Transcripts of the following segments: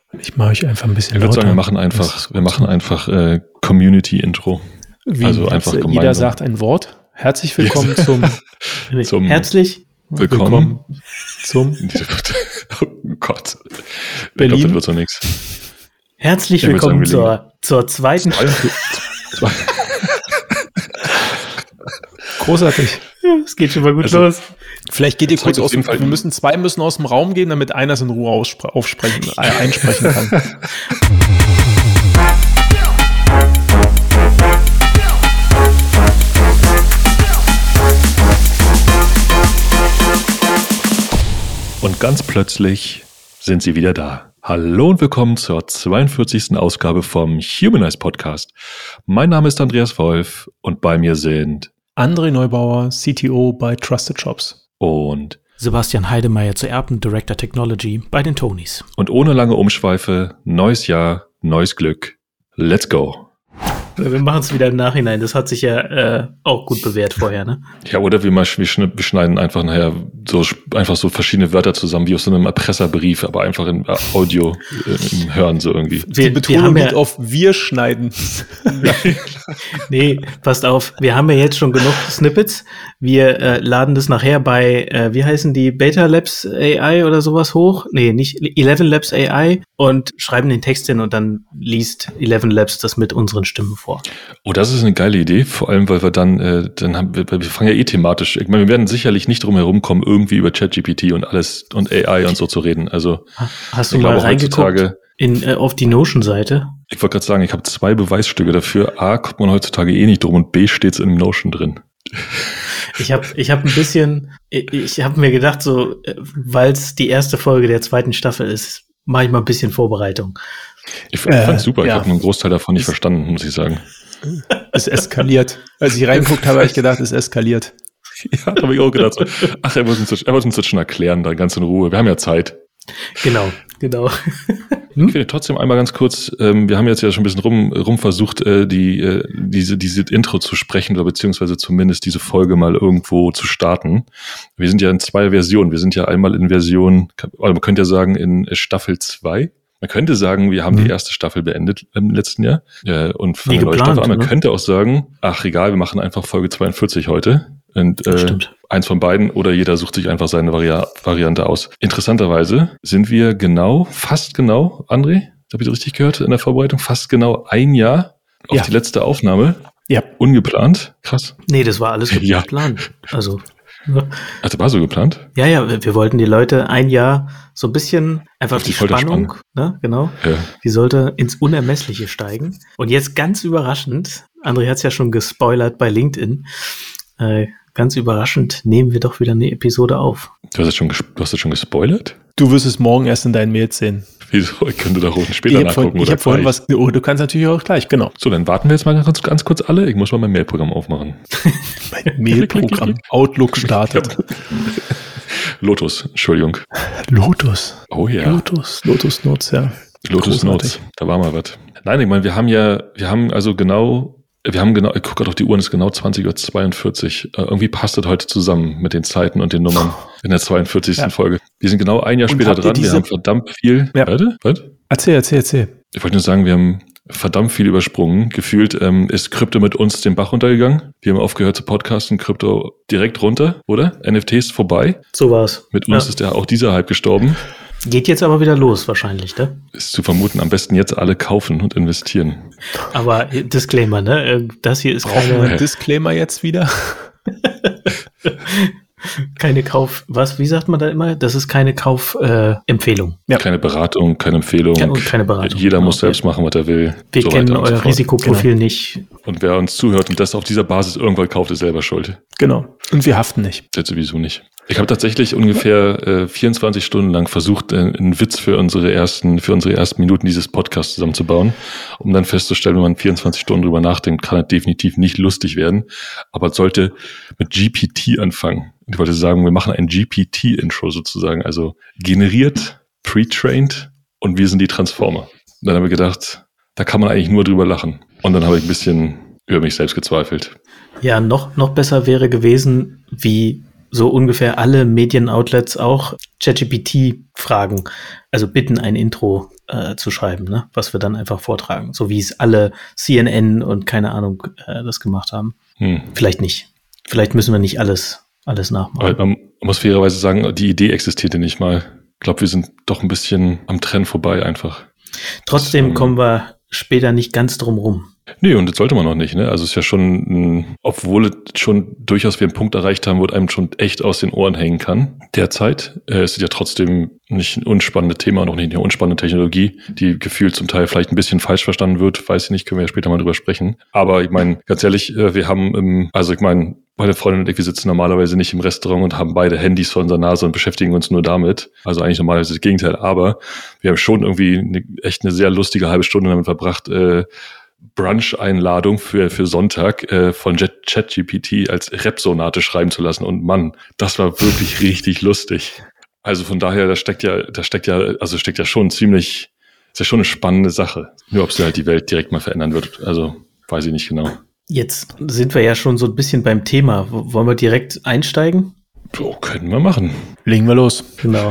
Ich mache euch einfach ein bisschen Ich würde sagen, lauter. wir machen einfach Community-Intro. Wie also einfach gemeinsam. jeder sagt ein Wort. Herzlich willkommen zum Herzlich Willkommen zum Oh Gott. Berlin. Ich glaube, das wird so nichts. Herzlich Ich würde willkommen sagen, zur zweiten Großartig. Es geht schon mal gut Also, los. Vielleicht geht ihr kurz auf aus dem jeden Fall- Zwei müssen aus dem Raum gehen, damit einer es in Ruhe einsprechen kann. Und ganz plötzlich sind sie wieder da. Hallo und willkommen zur 42. Ausgabe vom Humanize Podcast. Mein Name ist Andreas Wolf und bei mir sind André Neubauer, CTO bei Trusted Shops. und Sebastian Heidemeyer zu Erben, Director Technology bei den Tonys. ohne lange Umschweife, neues Jahr, neues Glück. Let's go. Wir machen es wieder im Nachhinein. Das hat sich ja auch gut bewährt vorher, ne? Ja, oder wir schneiden einfach nachher so verschiedene Wörter zusammen, wie aus so einem Erpresserbrief, aber einfach in Audio im Hören so irgendwie. Die Betonung liegt auf wir schneiden. Nee, passt auf. Wir haben ja jetzt schon genug Snippets. Wir laden das nachher bei, wie heißen die, Beta Labs AI oder sowas hoch? Nee, nicht 11 Labs AI und schreiben den Text hin und dann liest 11 Labs das mit unseren Stimmen vor. Oh, das ist eine geile Idee, vor allem, weil wir wir fangen ja thematisch. Ich meine, wir werden sicherlich nicht drum herum kommen, irgendwie über ChatGPT und alles und AI und so zu reden. Also, Hast du ich mal glaube, reingeguckt auf die Notion-Seite? Ich wollte gerade sagen, ich habe 2 Beweisstücke dafür. A, kommt man heutzutage eh nicht drum und B, steht's in Notion drin. Ich hab ein bisschen, ich habe mir gedacht, so, weil es die erste Folge der zweiten Staffel ist, mache ich mal ein bisschen Vorbereitung. Ich fand's super. ja. Ich habe einen Großteil davon nicht verstanden, muss ich sagen. Es eskaliert. Als ich reingeguckt habe, habe ich gedacht, es eskaliert. Ja, habe ich auch gedacht. So, ach, er muss uns das schon erklären, da ganz in Ruhe. Wir haben ja Zeit. Genau. Ich will trotzdem einmal ganz kurz, wir haben jetzt ja schon ein bisschen rum versucht, diese Intro zu sprechen oder beziehungsweise zumindest diese Folge mal irgendwo zu starten. Wir sind ja in 2 Versionen. Wir sind ja einmal in Version, man könnte ja sagen, in Staffel 2. Man könnte sagen, wir haben die erste Staffel beendet im letzten Jahr und fangen eine neue Staffel an. Man könnte auch sagen, ach egal, wir machen einfach Folge 42 heute. Und Stimmt. Eins von beiden oder jeder sucht sich einfach seine Variante aus. Interessanterweise sind wir fast genau, André, habe ich das richtig gehört in der Vorbereitung, fast genau 1 Jahr auf die letzte Aufnahme. Ja. Ungeplant. Krass. Nee, das war alles Ja. geplant. Also war so geplant? Ja, wir wollten die Leute 1 Jahr so ein bisschen einfach Auf die die Folter Spannung, ne, genau, Ja. die sollte ins Unermessliche steigen. Und jetzt ganz überraschend, André hat es ja schon gespoilert bei LinkedIn, ganz überraschend nehmen wir doch wieder eine Episode auf. Du hast das schon gespoilert? Du wirst es morgen erst in deinen Mails sehen. Wieso? Ich könnte doch später nachgucken. Ich habe vorhin was. Oh, du kannst natürlich auch gleich, genau. So, dann warten wir jetzt mal ganz kurz alle. Ich muss mal mein Mailprogramm aufmachen. Mein Mailprogramm. Outlook startet. Lotus, Entschuldigung. Lotus. Oh ja. Lotus Notes, ja. Lotus Großartig. Notes, da war mal was. Nein, ich meine, ich gucke gerade auf die Uhr, und es ist genau 20:42 Uhr. Irgendwie passt das heute zusammen mit den Zeiten und den Nummern in der 42. Ja. Folge. Wir sind genau 1 Jahr Und später habt ihr dran. Wir haben verdammt viel. Ja. Warte, was? Erzähl. Ich wollte nur sagen, wir haben verdammt viel übersprungen. Gefühlt ist Krypto mit uns den Bach runtergegangen. Wir haben aufgehört zu podcasten, Krypto direkt runter, oder? NFTs vorbei. So war's. Mit uns ist ja auch dieser Hype gestorben. Geht jetzt aber wieder los wahrscheinlich, ne? Ist zu vermuten, am besten jetzt alle kaufen und investieren. Aber Disclaimer, ne? Das hier ist Brauchen wir einen Disclaimer jetzt wieder? keine wie sagt man da immer? Das ist keine Kaufempfehlung. Ja. Keine Beratung, keine Empfehlung. Ja, und keine Beratung. Jeder Genau. muss selbst machen, was er will. Wir So kennen weiter und so euer fort. Risikoprofil nicht. Und wer uns zuhört und das auf dieser Basis irgendwann kauft, ist selber schuld. Genau. Und wir haften nicht. Das sowieso nicht. Ich habe tatsächlich ungefähr 24 Stunden lang versucht, einen Witz für unsere ersten Minuten dieses Podcasts zusammenzubauen, um dann festzustellen, wenn man 24 Stunden drüber nachdenkt, kann es definitiv nicht lustig werden, aber es sollte mit GPT anfangen. Ich wollte sagen, wir machen ein GPT-Intro sozusagen, also generiert, pre-trained und wir sind die Transformer. Und dann habe ich gedacht, da kann man eigentlich nur drüber lachen. Und dann habe ich ein bisschen über mich selbst gezweifelt. Ja, noch besser wäre gewesen, wie so ungefähr alle Medienoutlets auch ChatGPT fragen. Also bitten ein Intro zu schreiben, ne? Was wir dann einfach vortragen, so wie es alle CNN und keine Ahnung das gemacht haben. Vielleicht nicht. Vielleicht müssen wir nicht alles nachmachen. Aber man muss fairerweise sagen, die Idee existierte nicht mal. Ich glaube, wir sind doch ein bisschen am Trend vorbei einfach. Trotzdem kommen wir später nicht ganz drum rum. Nee, und das sollte man noch nicht, ne? Also es ist ja schon, obwohl es schon durchaus wir einen Punkt erreicht haben, wo es einem schon echt aus den Ohren hängen kann, derzeit, ist es ja trotzdem nicht ein unspannendes Thema, noch nicht eine unspannende Technologie, die gefühlt zum Teil vielleicht ein bisschen falsch verstanden wird, weiß ich nicht, können wir ja später mal drüber sprechen. Aber ich meine, ganz ehrlich, wir haben meine Freundin und ich, wir sitzen normalerweise nicht im Restaurant und haben beide Handys vor unserer Nase und beschäftigen uns nur damit. Also eigentlich normalerweise das Gegenteil. Aber wir haben schon irgendwie echt eine sehr lustige halbe Stunde damit verbracht, Brunch-Einladung für Sonntag von ChatGPT als Rap-Sonate schreiben zu lassen. Und Mann, das war wirklich richtig lustig. Also von daher, das steckt ja schon ziemlich, ist ja schon eine spannende Sache. Nur ob sie halt die Welt direkt mal verändern wird. Also weiß ich nicht genau. Jetzt sind wir ja schon so ein bisschen beim Thema. Wollen wir direkt einsteigen? So, können wir machen. Legen wir los. Genau.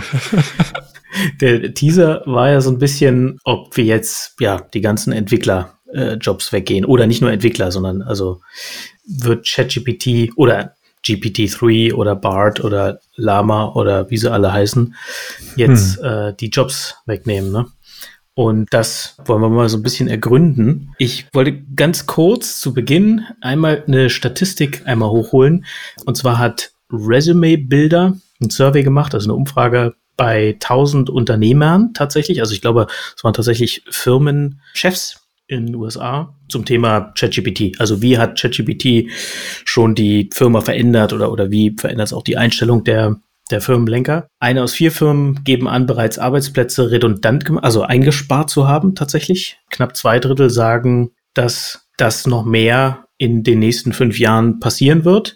Der Teaser war ja so ein bisschen, ob wir jetzt die ganzen Entwicklerjobs weggehen. Oder nicht nur Entwickler, sondern also wird ChatGPT oder GPT-3 oder BART oder Llama oder wie sie alle heißen, jetzt die Jobs wegnehmen, ne? Und das wollen wir mal so ein bisschen ergründen. Ich wollte ganz kurz zu Beginn einmal eine Statistik einmal hochholen. Und zwar hat Resume Builder ein Survey gemacht, also eine Umfrage bei 1000 Unternehmern tatsächlich. Also ich glaube, es waren tatsächlich Firmenchefs in den USA zum Thema ChatGPT. Also wie hat ChatGPT schon die Firma verändert oder wie verändert es auch die Einstellung der Firmenlenker? 1 aus 4 Firmen geben an, bereits Arbeitsplätze redundant, also eingespart zu haben tatsächlich. Knapp 2 Drittel sagen, dass das noch mehr in den nächsten 5 Jahren passieren wird.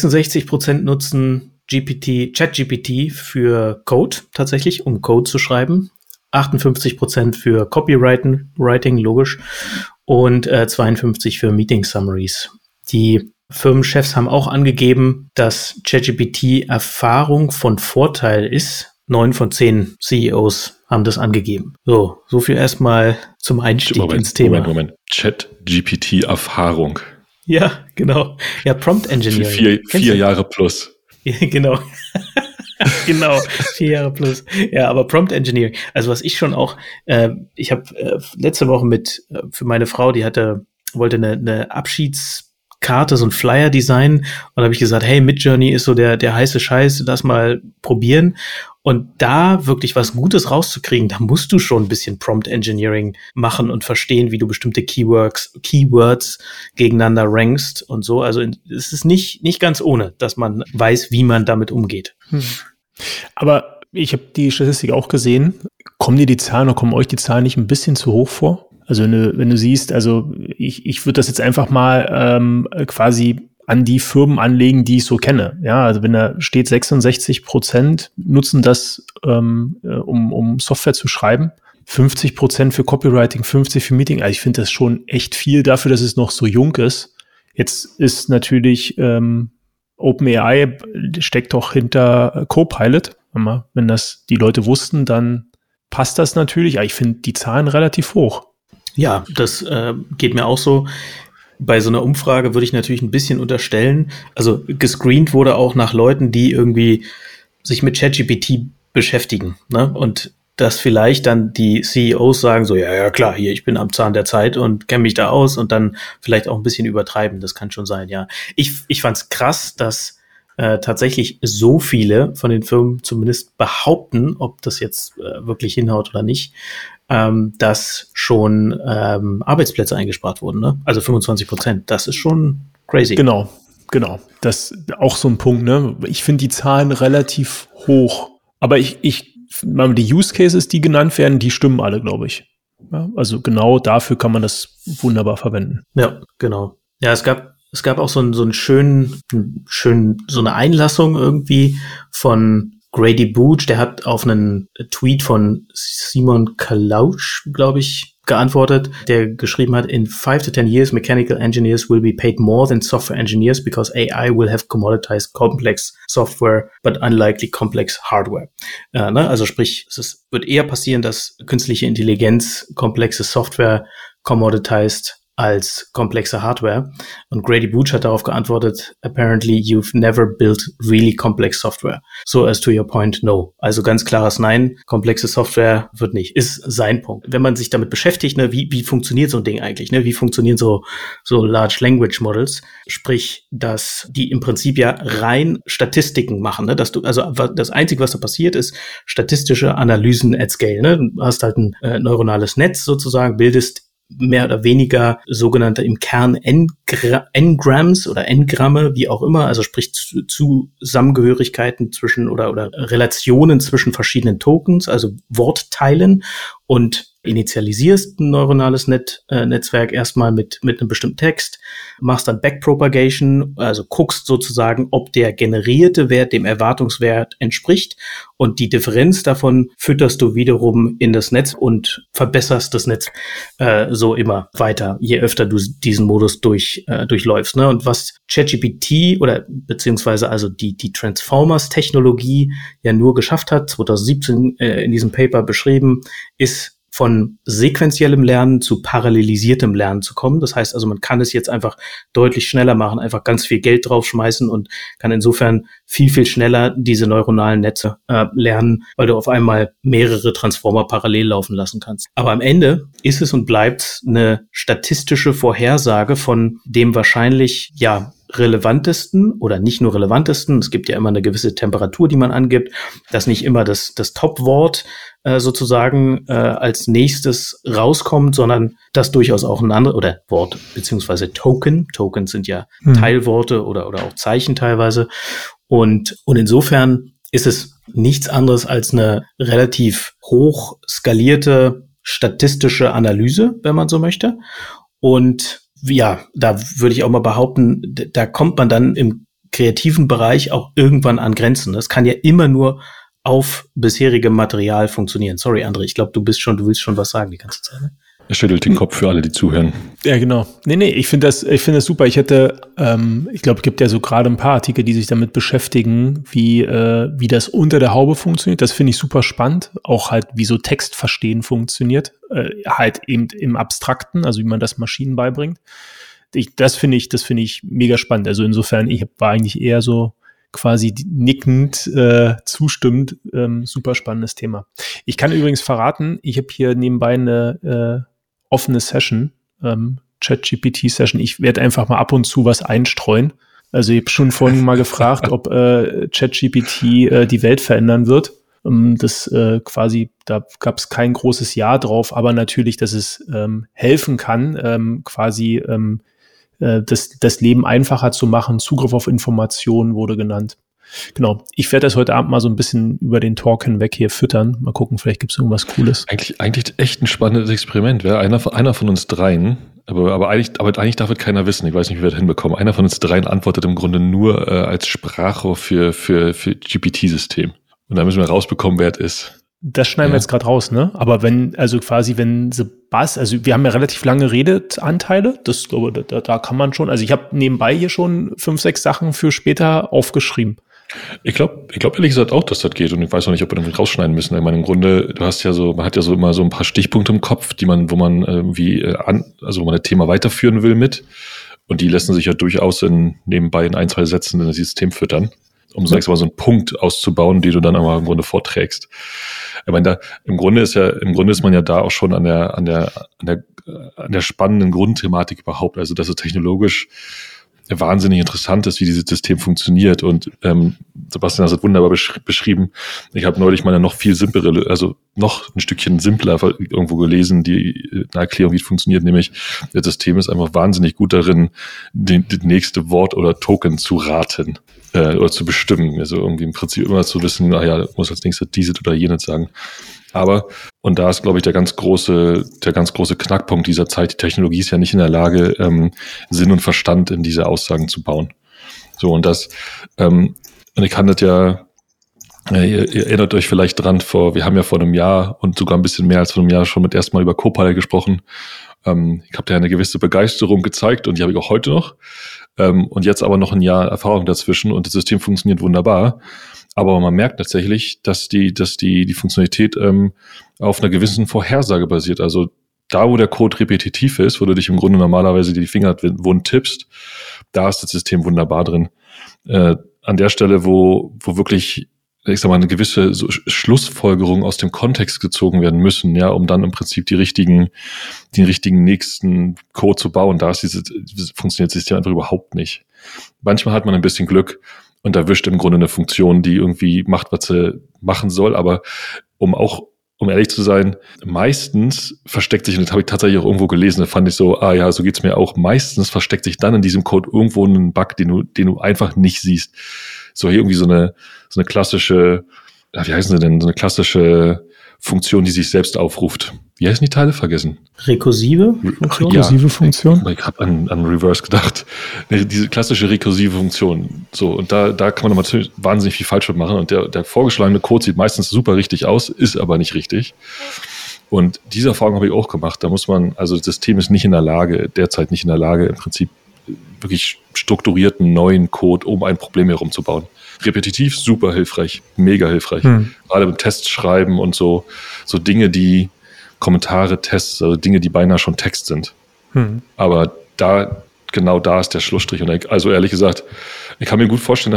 66% nutzen ChatGPT für Code tatsächlich, um Code zu schreiben. 58% für Copywriting, logisch. Und 52% für Meeting Summaries. Die Firmenchefs haben auch angegeben, dass ChatGPT Erfahrung von Vorteil ist. 9 von 10 CEOs haben das angegeben. So viel erstmal zum Einstieg ins Thema. Moment. ChatGPT Erfahrung. Ja, genau. Ja, Prompt Engineering. Für 4 Jahre plus. Ja, genau. Genau, 4 Jahre plus. Ja, aber Prompt Engineering. Also was ich schon auch, ich habe letzte Woche für meine Frau, die wollte eine Abschiedskarte, so ein Flyer designen, und da habe ich gesagt, hey, Midjourney ist so der heiße Scheiß, lass mal probieren. Und da wirklich was Gutes rauszukriegen, da musst du schon ein bisschen Prompt Engineering machen und verstehen, wie du bestimmte Keywords gegeneinander rankst und so. Also es ist nicht ganz ohne, dass man weiß, wie man damit umgeht. Aber ich habe die Statistik auch gesehen. Kommen euch die Zahlen nicht ein bisschen zu hoch vor? Also wenn du siehst, also ich würde das jetzt einfach mal quasi an die Firmen anlegen, die ich so kenne. Ja, also wenn da steht 66% nutzen das, um Software zu schreiben, 50% für Copywriting, 50% für Meeting. Also ich finde das schon echt viel dafür, dass es noch so jung ist. Jetzt ist natürlich OpenAI steckt doch hinter Copilot. Wenn das die Leute wussten, dann passt das natürlich. Aber ich finde die Zahlen relativ hoch. Ja, das geht mir auch so. Bei so einer Umfrage würde ich natürlich ein bisschen unterstellen, also gescreent wurde auch nach Leuten, die irgendwie sich mit ChatGPT beschäftigen, ne? Und dass vielleicht dann die CEOs sagen so, ja klar, hier, ich bin am Zahn der Zeit und kenne mich da aus, und dann vielleicht auch ein bisschen übertreiben, das kann schon sein, ja. Ich fand's krass, dass tatsächlich so viele von den Firmen zumindest behaupten, ob das jetzt wirklich hinhaut oder nicht, dass schon Arbeitsplätze eingespart wurden, ne? Also 25%, das ist schon crazy. Genau. Das ist auch so ein Punkt, ne? Ich finde die Zahlen relativ hoch. Aber die Use Cases, die genannt werden, die stimmen alle, glaube ich. Ja, also genau dafür kann man das wunderbar verwenden. Ja, genau. Ja, es gab auch so einen schönen, so eine Einlassung irgendwie von Grady Booch, der hat auf einen Tweet von Simon Kalausch, glaube ich, geantwortet, der geschrieben hat, in 5 to 10 years, mechanical engineers will be paid more than software engineers because AI will have commoditized complex software, but unlikely complex hardware. Also sprich, es wird eher passieren, dass künstliche Intelligenz komplexe Software commoditized als komplexe Hardware. Und Grady Booch hat darauf geantwortet, apparently you've never built really complex software. So as to your point, no. Also ganz klares Nein, komplexe Software wird nicht. Ist sein Punkt. Wenn man sich damit beschäftigt, wie funktioniert so ein Ding eigentlich, wie funktionieren so Large Language Models, sprich, dass die im Prinzip ja rein Statistiken machen, dass du, also das Einzige, was da passiert, ist statistische Analysen at scale, Du hast halt ein neuronales Netz sozusagen, bildest mehr oder weniger sogenannte im Kern N-Grams oder N-Gramme, wie auch immer, also sprich Zusammengehörigkeiten zwischen oder Relationen zwischen verschiedenen Tokens, also Wortteilen, und initialisierst ein neuronales Netzwerk erstmal mit einem bestimmten Text, machst dann Backpropagation, also guckst sozusagen, ob der generierte Wert dem Erwartungswert entspricht, und die Differenz davon fütterst du wiederum in das Netz und verbesserst das Netz so immer weiter, je öfter du diesen Modus durchläufst. Und was ChatGPT oder beziehungsweise also die Transformers-Technologie ja nur geschafft hat, 2017 in diesem Paper beschrieben, ist von sequentiellem Lernen zu parallelisiertem Lernen zu kommen. Das heißt also, man kann es jetzt einfach deutlich schneller machen, einfach ganz viel Geld draufschmeißen und kann insofern viel, viel schneller diese neuronalen Netze lernen, weil du auf einmal mehrere Transformer parallel laufen lassen kannst. Aber am Ende ist es und bleibt eine statistische Vorhersage von dem wahrscheinlich, relevantesten oder nicht nur relevantesten. Es gibt ja immer eine gewisse Temperatur, die man angibt, dass nicht immer das Top-Wort sozusagen als nächstes rauskommt, sondern dass durchaus auch ein anderes oder Wort beziehungsweise Token. Tokens sind ja Teilworte oder auch Zeichen teilweise. Und insofern ist es nichts anderes als eine relativ hoch skalierte statistische Analyse, wenn man so möchte. Und da würde ich auch mal behaupten, da kommt man dann im kreativen Bereich auch irgendwann an Grenzen. Das kann ja immer nur auf bisherigem Material funktionieren. Sorry, André, ich glaube, du willst schon was sagen die ganze Zeit. Ne? Er schüttelt den Kopf für alle, die zuhören. Ja, genau. Nee, ich finde das super. Ich glaube, es gibt ja so gerade ein paar Artikel, die sich damit beschäftigen, wie das unter der Haube funktioniert. Das finde ich super spannend. Auch halt, wie so Textverstehen funktioniert. Halt eben im Abstrakten, also wie man das Maschinen beibringt. Das finde ich mega spannend. Also insofern, war eigentlich eher so quasi nickend, zustimmend, super spannendes Thema. Ich kann übrigens verraten, ich habe hier nebenbei eine offene Session, ChatGPT-Session. Ich werde einfach mal ab und zu was einstreuen. Also ich habe schon vorhin mal gefragt, ob ChatGPT die Welt verändern wird. Das quasi, da gab es kein großes Ja drauf, aber natürlich, dass es helfen kann, quasi das Leben einfacher zu machen. Zugriff auf Informationen wurde genannt. Genau. Ich werde das heute Abend mal so ein bisschen über den Talk hinweg hier füttern. Mal gucken, vielleicht gibt es irgendwas Cooles. Eigentlich echt ein spannendes Experiment. Wäre einer von uns dreien, aber eigentlich darf es keiner wissen. Ich weiß nicht, wie wir das hinbekommen. Einer von uns dreien antwortet im Grunde nur als Sprachrohr für GPT-System. Und da müssen wir rausbekommen, wer es ist. Das schneiden wir jetzt gerade raus, ne? Aber wenn also wir haben ja relativ lange Redeanteile, das glaube ich, da kann man schon, also ich habe nebenbei hier schon 5, 6 Sachen für später aufgeschrieben. Ich glaube ehrlich gesagt auch, dass das geht, und ich weiß noch nicht, ob wir das rausschneiden müssen. Ich meine, im Grunde, man hat ja so immer so ein paar Stichpunkte im Kopf, wo man wo man das Thema weiterführen will mit, und die lassen sich ja durchaus nebenbei in 1, 2 Sätzen in das System füttern, um so einen Punkt auszubauen, den du dann aber im Grunde vorträgst. Ich meine, im Grunde ist man ja da auch schon an der spannenden Grundthematik überhaupt, also dass es technologisch wahnsinnig interessant ist, wie dieses System funktioniert. Und Sebastian hat es wunderbar beschrieben. Ich habe neulich mal noch viel simplere, also noch ein Stückchen simpler irgendwo gelesen, eine Erklärung, wie es funktioniert, nämlich das System ist einfach wahnsinnig gut darin, das nächste Wort oder Token zu raten oder zu bestimmen. Also irgendwie im Prinzip immer zu wissen, muss als nächstes dieses oder jenes sagen. Aber, und da ist, glaube ich, der ganz große Knackpunkt dieser Zeit, die Technologie ist ja nicht in der Lage, Sinn und Verstand in diese Aussagen zu bauen. So, und ich kann das ja, Ihr erinnert euch vielleicht dran, wir haben ja vor einem Jahr und sogar ein bisschen mehr als vor einem Jahr schon erstmal über Copilot gesprochen. Ich habe da eine gewisse Begeisterung gezeigt und die habe ich auch heute noch. Und jetzt aber noch ein Jahr Erfahrung dazwischen und das System funktioniert wunderbar. Aber man merkt tatsächlich, dass die Funktionalität auf einer gewissen Vorhersage basiert. Also da, wo der Code repetitiv ist, wo du dich im Grunde normalerweise die Finger wund tippst, da ist das System wunderbar drin. An der Stelle, wo wirklich, ich sag mal, eine gewisse Schlussfolgerung aus dem Kontext gezogen werden müssen, ja, um dann im Prinzip den richtigen nächsten Code zu bauen, funktioniert das System einfach überhaupt nicht. Manchmal hat man ein bisschen Glück und erwischt im Grunde eine Funktion, die irgendwie macht, was sie machen soll, aber um ehrlich zu sein, meistens versteckt sich, und das habe ich tatsächlich auch irgendwo gelesen, da fand ich so, so geht's mir auch, meistens versteckt sich dann in diesem Code irgendwo ein Bug, den du einfach nicht siehst. So hier irgendwie so eine klassische, wie heißen sie denn, so eine klassische Funktion, die sich selbst aufruft. Wie heißen die Teile? Vergessen. Rekursive Funktion? Rekursive Funktion? Ich habe an Reverse gedacht. Diese klassische rekursive Funktion. So, und da kann man natürlich wahnsinnig viel falsch machen. Und der vorgeschlagene Code sieht meistens super richtig aus, ist aber nicht richtig. Und diese Erfahrung habe ich auch gemacht. Da muss man, also das System ist derzeit nicht in der Lage, im Prinzip wirklich strukturierten neuen Code um ein Problem herumzubauen. Repetitiv, super hilfreich, mega hilfreich. Gerade beim Tests schreiben und so Dinge, die Kommentare, Tests, also Dinge, die beinahe schon Text sind. Aber genau da ist der Schlussstrich. Und also ehrlich gesagt, ich kann mir gut vorstellen,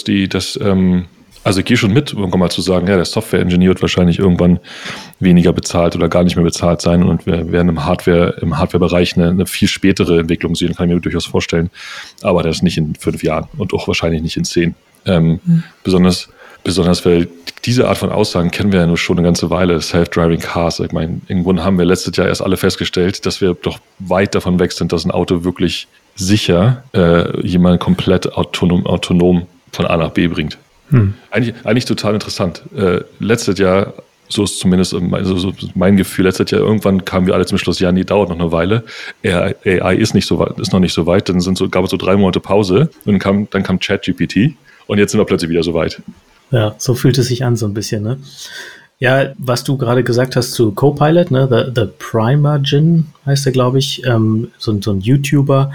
also ich gehe schon mit, irgendwann mal zu sagen, ja, der Software-Engineer wird wahrscheinlich irgendwann weniger bezahlt oder gar nicht mehr bezahlt sein und wir werden im Hardware-Bereich eine viel spätere Entwicklung sehen, kann ich mir durchaus vorstellen. Aber das nicht in 5 Jahren und auch wahrscheinlich nicht in 10. Besonders weil diese Art von Aussagen kennen wir ja nur schon eine ganze Weile, Self-Driving Cars. Ich meine, im Grunde haben wir letztes Jahr erst alle festgestellt, dass wir doch weit davon weg sind, dass ein Auto wirklich sicher jemanden komplett autonom von A nach B bringt. Eigentlich total interessant. Letztes Jahr, so ist zumindest so mein Gefühl, letztes Jahr irgendwann kamen wir alle zum Schluss, ja, nee, dauert noch eine Weile. AI ist noch nicht so weit, dann gab es so 3 Monate Pause und dann kam ChatGPT und jetzt sind wir plötzlich wieder so weit. Ja, so fühlt es sich an so ein bisschen, ne? Ja, was du gerade gesagt hast zu Copilot, ne, The Primergen heißt er, glaube ich, so ein YouTuber,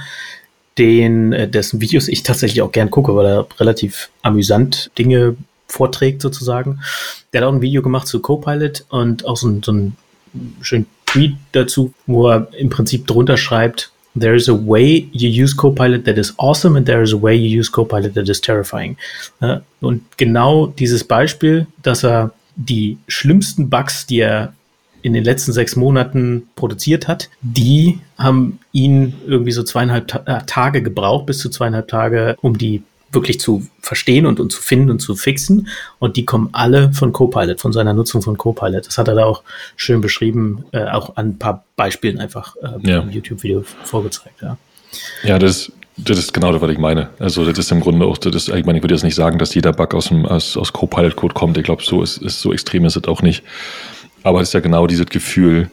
dessen Videos ich tatsächlich auch gern gucke, weil er relativ amüsant Dinge vorträgt sozusagen. Der hat auch ein Video gemacht zu Copilot und auch so einen schönen Tweet dazu, wo er im Prinzip drunter schreibt, there is a way you use Copilot that is awesome and there is a way you use Copilot that is terrifying. Und genau dieses Beispiel, dass er die schlimmsten Bugs, die er in den letzten 6 Monaten produziert hat, die haben ihn irgendwie so 2,5 Tage gebraucht, bis zu 2,5 Tage, um die wirklich zu verstehen und zu finden und zu fixen. Und die kommen alle von Copilot, von seiner Nutzung von Copilot. Das hat er da auch schön beschrieben, auch an ein paar Beispielen einfach im YouTube-Video vorgezeigt. Ja, das ist genau das, was ich meine. Also das ist im Grunde auch, ich meine, ich würde jetzt nicht sagen, dass jeder Bug aus Copilot-Code kommt. Ich glaube, so extrem ist es auch nicht. Aber es ist ja genau dieses Gefühl,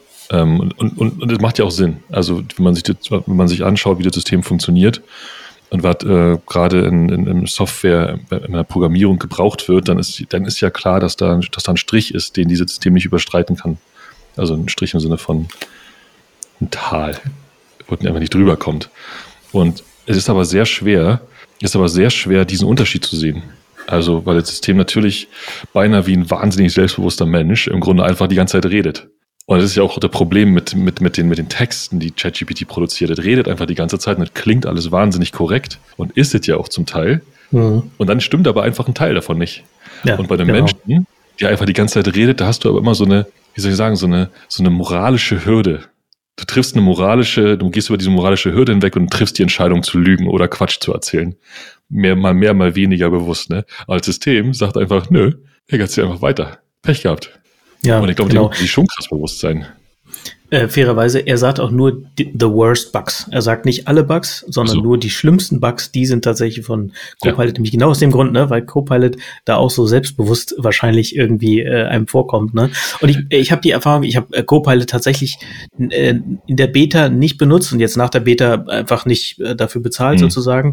und das macht ja auch Sinn. Also wenn man sich anschaut, wie das System funktioniert und was gerade in Software, in der Programmierung gebraucht wird, dann ist ja klar, dass da ein Strich ist, den dieses System nicht überstreiten kann. Also ein Strich im Sinne von ein Tal, wo es einfach nicht drüber kommt. Und es ist aber sehr schwer, diesen Unterschied zu sehen. Also, weil das System natürlich beinahe wie ein wahnsinnig selbstbewusster Mensch im Grunde einfach die ganze Zeit redet. Und das ist ja auch das Problem mit den Texten, die ChatGPT produziert. Es redet einfach die ganze Zeit und es klingt alles wahnsinnig korrekt und ist es ja auch zum Teil. Und dann stimmt aber einfach ein Teil davon nicht. Ja, und bei den Menschen, die einfach die ganze Zeit redet, da hast du aber immer so eine, wie soll ich sagen, so eine moralische Hürde. Du gehst über diese moralische Hürde hinweg und triffst die Entscheidung zu lügen oder Quatsch zu erzählen. Mal weniger bewusst, ne? Aber das System sagt einfach, nö, erzähl dir einfach weiter. Pech gehabt. Ja, und ich glaube, die schon krass bewusst sein. Fairerweise, er sagt auch nur the worst Bugs. Er sagt nicht alle Bugs, sondern nur die schlimmsten Bugs, die sind tatsächlich von Copilot, nämlich genau aus dem Grund, ne, weil Copilot da auch so selbstbewusst wahrscheinlich irgendwie einem vorkommt, ne. Und ich habe die Erfahrung, ich habe Copilot tatsächlich in der Beta nicht benutzt und jetzt nach der Beta einfach nicht dafür bezahlt sozusagen.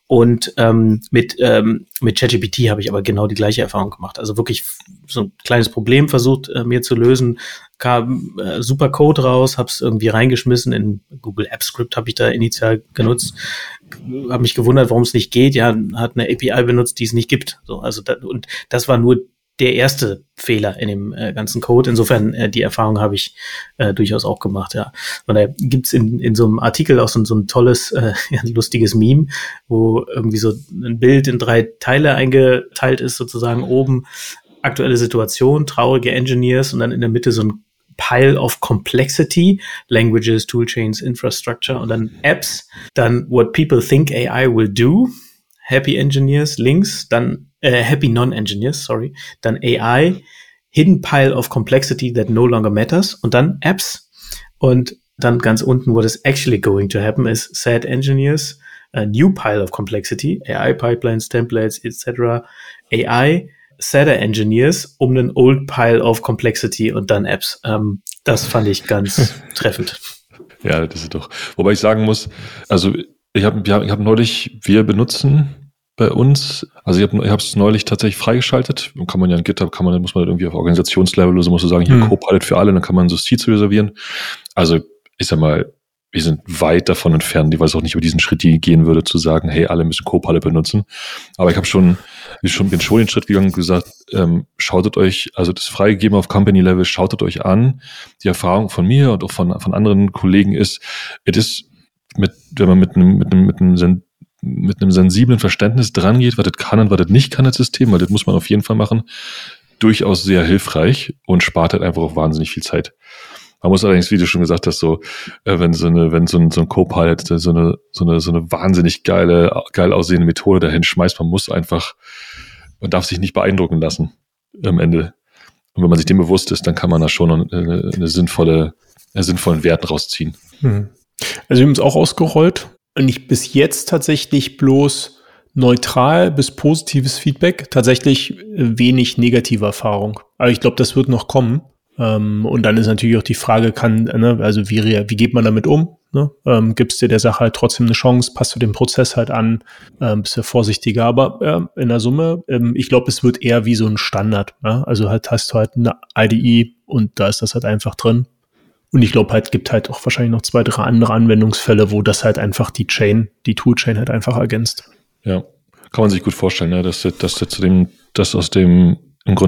Und mit ChatGPT habe ich aber genau die gleiche Erfahrung gemacht. Also wirklich so ein kleines Problem versucht mir zu lösen, kam super Code raus, habe es irgendwie reingeschmissen in Google Apps Script, habe ich da initial genutzt, habe mich gewundert, warum es nicht geht. Ja, hat eine API benutzt, die es nicht gibt. So, also und das war nur der erste Fehler in dem ganzen Code. Insofern, die Erfahrung habe ich durchaus auch gemacht, ja. Und da gibt's in so einem Artikel auch so ein tolles, lustiges Meme, wo irgendwie so ein Bild in 3 Teile eingeteilt ist, sozusagen oben aktuelle Situation, traurige Engineers und dann in der Mitte so ein Pile of Complexity, Languages, Toolchains, Infrastructure und dann Apps, dann What People Think AI Will Do, Happy Engineers links, dann Happy Non-Engineers, sorry, dann AI, Hidden Pile of Complexity that no longer matters und dann Apps und dann ganz unten, what is actually going to happen is Sad Engineers, a New Pile of Complexity, AI Pipelines, Templates, etc., AI, Sadder Engineers um einen Old Pile of Complexity und dann Apps. Das fand ich ganz treffend. Ja, das ist doch. Wobei ich sagen muss, also ich hab neulich, wir benutzen bei uns, also ich habe es neulich tatsächlich freigeschaltet. Kann man ja in GitHub, muss man irgendwie auf Organisationslevel oder so, musst du sagen, hier Copilot für alle, dann kann man so Seats reservieren. Also ich sag mal, wir sind weit davon entfernt, ich weiß auch nicht, über diesen Schritt gehen würde, zu sagen, hey, alle müssen Copilot benutzen. Aber ich bin schon den Schritt gegangen und gesagt, schautet euch, also das freigegeben auf Company-Level, schautet euch an. Die Erfahrung von mir und auch von anderen Kollegen ist, wenn man mit einem sensiblen Verständnis dran geht, was das kann und was das nicht kann, das System, weil das muss man auf jeden Fall machen, durchaus sehr hilfreich und spart halt einfach auch wahnsinnig viel Zeit. Man muss allerdings, wie du schon gesagt hast, so, wenn so ein Copilot so eine wahnsinnig geil aussehende Methode dahin schmeißt, man darf sich nicht beeindrucken lassen am Ende. Und wenn man sich dem bewusst ist, dann kann man da schon einen sinnvollen Wert rausziehen. Also wir haben es auch ausgerollt und ich bis jetzt tatsächlich bloß neutral bis positives Feedback, tatsächlich wenig negative Erfahrung. Aber ich glaube, das wird noch kommen. Und dann ist natürlich auch die Frage, also wie geht man damit um? Ne? Gibst du der Sache halt trotzdem eine Chance? Passt du den Prozess halt an? Bist du vorsichtiger? Aber in der Summe, ich glaube, es wird eher wie so ein Standard. Ja? Also halt hast du halt eine IDE und da ist das halt einfach drin. Und ich glaube halt, gibt halt auch wahrscheinlich noch 2, 3 andere Anwendungsfälle, wo das halt einfach die Toolchain halt einfach ergänzt. Ja, kann man sich gut vorstellen, ne? dass aus dem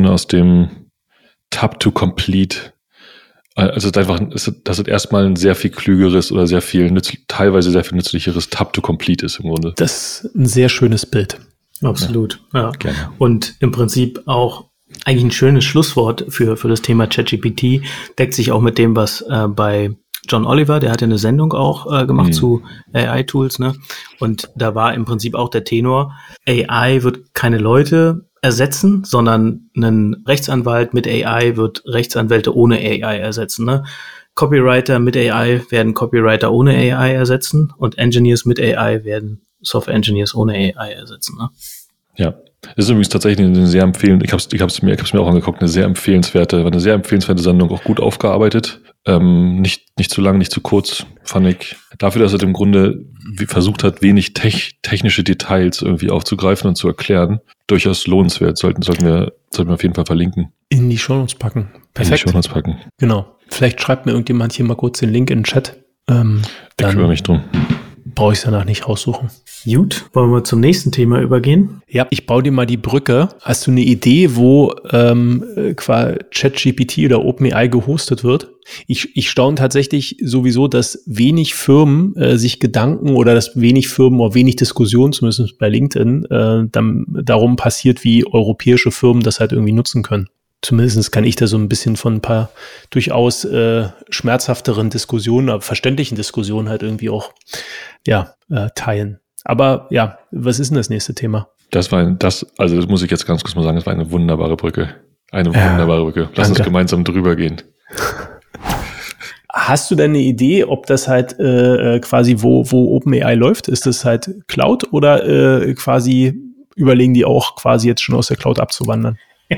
Tab to Complete, also das ist erstmal ein sehr viel klügeres oder teilweise sehr viel nützlicheres Tab to Complete ist im Grunde. Das ist ein sehr schönes Bild. Absolut, ja. Gerne. Und im Prinzip auch eigentlich ein schönes Schlusswort für das Thema ChatGPT, deckt sich auch mit dem, was bei John Oliver, der hatte eine Sendung auch gemacht zu AI-Tools, ne? Und da war im Prinzip auch der Tenor, AI wird keine Leute ersetzen, sondern ein Rechtsanwalt mit AI wird Rechtsanwälte ohne AI ersetzen, ne? Copywriter mit AI werden Copywriter ohne AI ersetzen und Engineers mit AI werden Software Engineers ohne AI ersetzen, ne? Ja. Das ist übrigens tatsächlich eine sehr empfehlenswerte, ich hab's mir auch angeguckt, eine sehr empfehlenswerte Sendung, auch gut aufgearbeitet. Nicht zu lang, nicht zu kurz, fand ich. Dafür, dass er im Grunde versucht hat, wenig technische Details irgendwie aufzugreifen und zu erklären, durchaus lohnenswert. Sollten wir auf jeden Fall verlinken. In die Shownotes packen. Perfekt. In die Shownotes packen. Genau. Vielleicht schreibt mir irgendjemand hier mal kurz den Link in den Chat. Ich kümmere mich drum. Brauche ich es danach nicht raussuchen. Gut, wollen wir zum nächsten Thema übergehen? Ja, ich baue dir mal die Brücke. Hast du eine Idee, wo ChatGPT oder OpenAI gehostet wird? Ich staune tatsächlich sowieso, dass wenig Firmen sich Gedanken oder dass wenig Firmen oder wenig Diskussion, zumindest bei LinkedIn, darum passiert, wie europäische Firmen das halt irgendwie nutzen können. Zumindest kann ich da so ein bisschen von ein paar durchaus schmerzhafteren Diskussionen, aber verständlichen Diskussionen halt irgendwie auch teilen. Aber ja, was ist denn das nächste Thema? Das muss ich jetzt ganz kurz mal sagen, das war eine wunderbare Brücke. Wunderbare Brücke. Lass uns gemeinsam drüber gehen. Hast du denn eine Idee, ob das halt quasi, wo OpenAI läuft? Ist das halt Cloud oder quasi überlegen die auch quasi jetzt schon aus der Cloud abzuwandern?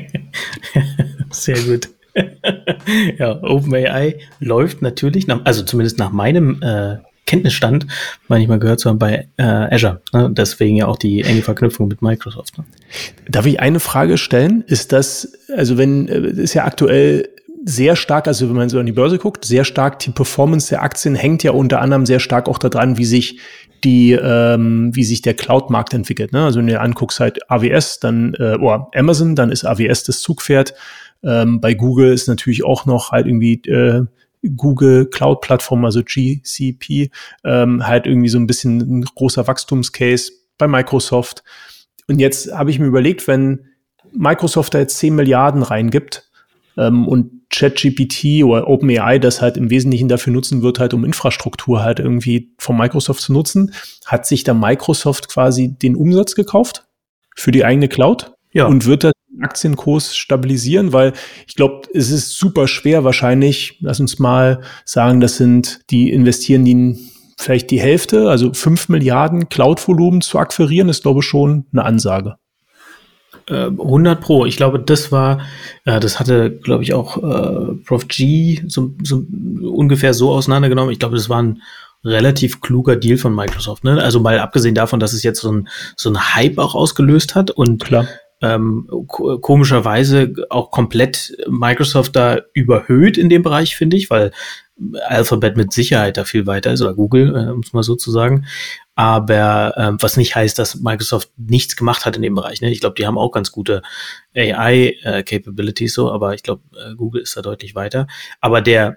Sehr gut. Ja, OpenAI läuft natürlich, also zumindest nach meinem Kenntnisstand, meine ich mal gehört zu haben, bei Azure. Ne? Deswegen ja auch die enge Verknüpfung mit Microsoft. Ne? Darf ich eine Frage stellen? Ist das, also ist ja aktuell sehr stark, also wenn man so an die Börse guckt, sehr stark die Performance der Aktien hängt ja unter anderem sehr stark auch daran, wie sich der Cloud-Markt entwickelt. Ne? Also wenn du dir anguckst halt AWS, dann Amazon, dann ist AWS das Zugpferd. Bei Google ist natürlich auch noch halt irgendwie Google Cloud-Plattform, also GCP, halt irgendwie so ein bisschen ein großer Wachstumscase bei Microsoft. Und jetzt habe ich mir überlegt, wenn Microsoft da jetzt 10 Milliarden reingibt und ChatGPT oder OpenAI das halt im Wesentlichen dafür nutzen wird, halt um Infrastruktur halt irgendwie von Microsoft zu nutzen, hat sich da Microsoft quasi den Umsatz gekauft für die eigene Cloud und wird das den Aktienkurs stabilisieren, weil ich glaube, es ist super schwer wahrscheinlich, lass uns mal sagen, die investieren die vielleicht die Hälfte, also 5 Milliarden Cloud-Volumen zu akquirieren, ist glaube ich schon eine Ansage. 100%. Ich glaube, das hatte, glaube ich, auch Prof G so ungefähr so auseinandergenommen. Ich glaube, das war ein relativ kluger Deal von Microsoft. Ne? Also mal abgesehen davon, dass es jetzt so ein Hype auch ausgelöst hat und klar. Komischerweise auch komplett Microsoft da überhöht in dem Bereich, finde ich, weil Alphabet mit Sicherheit da viel weiter ist, oder Google, um es mal so zu sagen. Aber was nicht heißt, dass Microsoft nichts gemacht hat in dem Bereich. Ne? Ich glaube, die haben auch ganz gute AI-Capabilities, aber ich glaube, Google ist da deutlich weiter. Aber der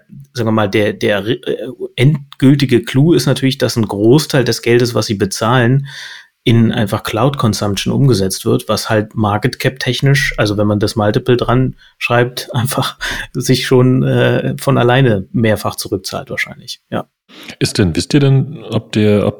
endgültige Clou ist natürlich, dass ein Großteil des Geldes, was sie bezahlen, in einfach Cloud Consumption umgesetzt wird, was halt Market Cap technisch, also wenn man das Multiple dran schreibt, einfach sich schon von alleine mehrfach zurückzahlt wahrscheinlich, ja. Wisst ihr denn, ob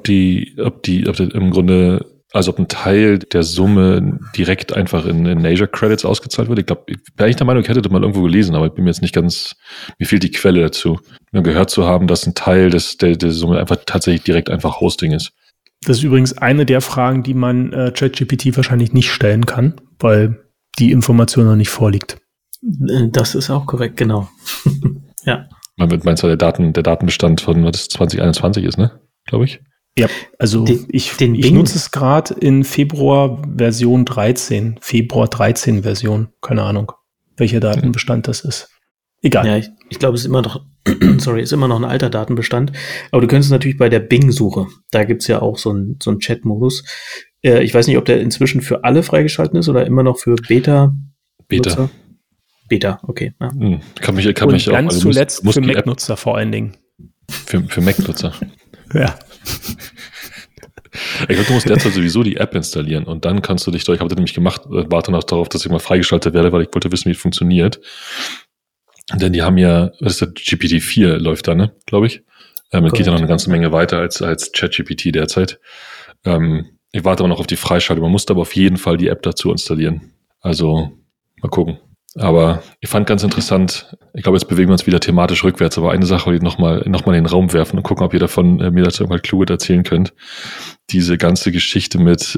im Grunde, also ob ein Teil der Summe direkt einfach in Azure Credits ausgezahlt wird? Ich glaube, ich bin eigentlich der Meinung, ich hätte das mal irgendwo gelesen, aber ich bin mir jetzt nicht ganz, mir fehlt die Quelle dazu. Mir gehört zu haben, dass ein Teil der Summe einfach tatsächlich direkt einfach Hosting ist. Das ist übrigens eine der Fragen, die man ChatGPT wahrscheinlich nicht stellen kann, weil die Information noch nicht vorliegt. Das ist auch korrekt, genau. Ja. Man meinst du, der Datenbestand von, was das 2021 ist, ne? Glaube ich. Ja, also ich nutze es gerade in Februar 13 Version, keine Ahnung, welcher Datenbestand das ist. Egal. Ja, ich glaube, es ist immer noch, ist immer noch ein alter Datenbestand. Aber du könntest natürlich bei der Bing-Suche, da gibt's ja auch so einen Chat-Modus. Ich weiß nicht, ob der inzwischen für alle freigeschalten ist oder immer noch für Beta. Beta, okay. Ja. Kann mich auch. Ganz zuletzt für Mac-Nutzer vor allen Dingen. Für Mac-Nutzer. Ja. Ich glaube, du musst derzeit sowieso die App installieren und dann kannst du dich ich habe das nämlich gemacht, warte noch darauf, dass ich mal freigeschaltet werde, weil ich wollte wissen, wie es funktioniert. Denn die haben ja, was ist das, GPT-4 läuft da, ne, glaube ich. Es geht ja noch eine ganze Menge weiter als ChatGPT derzeit. Ich warte aber noch auf die Freischaltung. Man musste aber auf jeden Fall die App dazu installieren. Also, mal gucken. Aber ich fand ganz interessant, ich glaube, jetzt bewegen wir uns wieder thematisch rückwärts, aber eine Sache, die noch mal in den Raum werfen und gucken, ob ihr davon mir dazu irgendwas Kluges erzählen könnt. Diese ganze Geschichte mit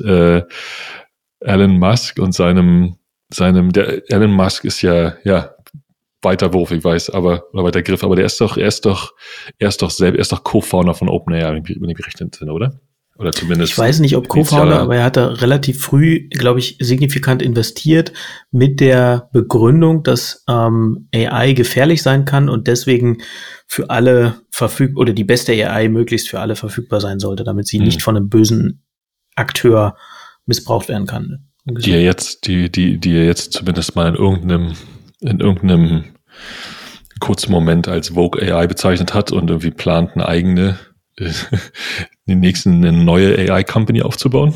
Elon Musk und der Elon Musk ist ja weiter Wurf, ich weiß, oder weiter Griff, aber er ist doch Co-Founder von OpenAI, wenn ich mich recht entsinne, oder? Oder zumindest. Ich weiß nicht, ob Co-Founder, aber er hat da relativ früh, glaube ich, signifikant investiert mit der Begründung, dass AI gefährlich sein kann und deswegen für alle verfügbar oder die beste AI möglichst für alle verfügbar sein sollte, damit sie nicht von einem bösen Akteur missbraucht werden kann. Die er jetzt zumindest mal in irgendeinem kurzen Moment als Vogue AI bezeichnet hat und irgendwie plant eine neue AI-Company aufzubauen?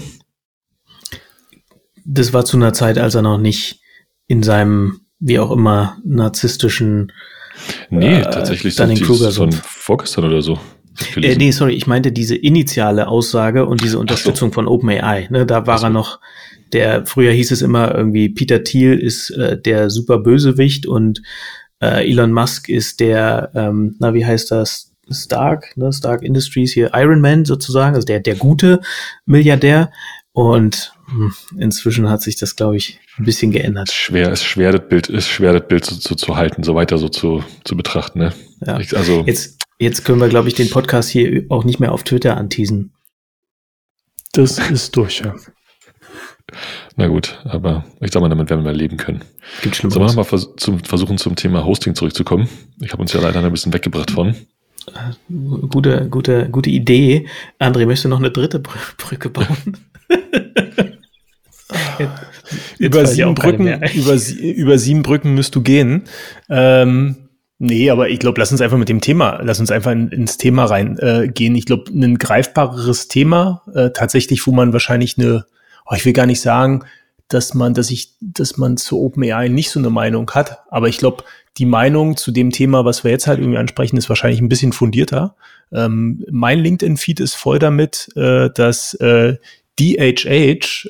Das war zu einer Zeit, als er noch nicht in seinem, wie auch immer, narzisstischen tatsächlich sind die von vorgestern oder so. Ich meinte diese initiale Aussage und diese Unterstützung von OpenAI. Ne, da war er noch, früher hieß es immer irgendwie, Peter Thiel ist der super Bösewicht und Elon Musk ist der, wie heißt das? Stark Industries hier, Iron Man sozusagen, also der gute Milliardär. Und inzwischen hat sich das, glaube ich, ein bisschen geändert. Es ist schwer, das Bild zu halten, so weiter so zu betrachten. Ne? Ja. Jetzt können wir, glaube ich, den Podcast hier auch nicht mehr auf Twitter anteasen. Das ist durch, ja. Na gut, aber ich sag mal, damit werden wir leben können. Gibt Schlimmeres. Sollen wir mal versuchen, zum Thema Hosting zurückzukommen? Ich habe uns ja leider ein bisschen weggebracht von. Gute Idee. André, möchtest du noch eine dritte Brücke bauen? Über 7 Brücken müsst du gehen. Nee, aber ich glaube, lass uns einfach ins Thema reingehen. Ich glaube, ein greifbareres Thema, tatsächlich, wo man wahrscheinlich ich will gar nicht sagen, dass man zu OpenAI nicht so eine Meinung hat, aber ich glaube, die Meinung zu dem Thema, was wir jetzt halt irgendwie ansprechen, ist wahrscheinlich ein bisschen fundierter. Mein LinkedIn-Feed ist voll damit, dass DHH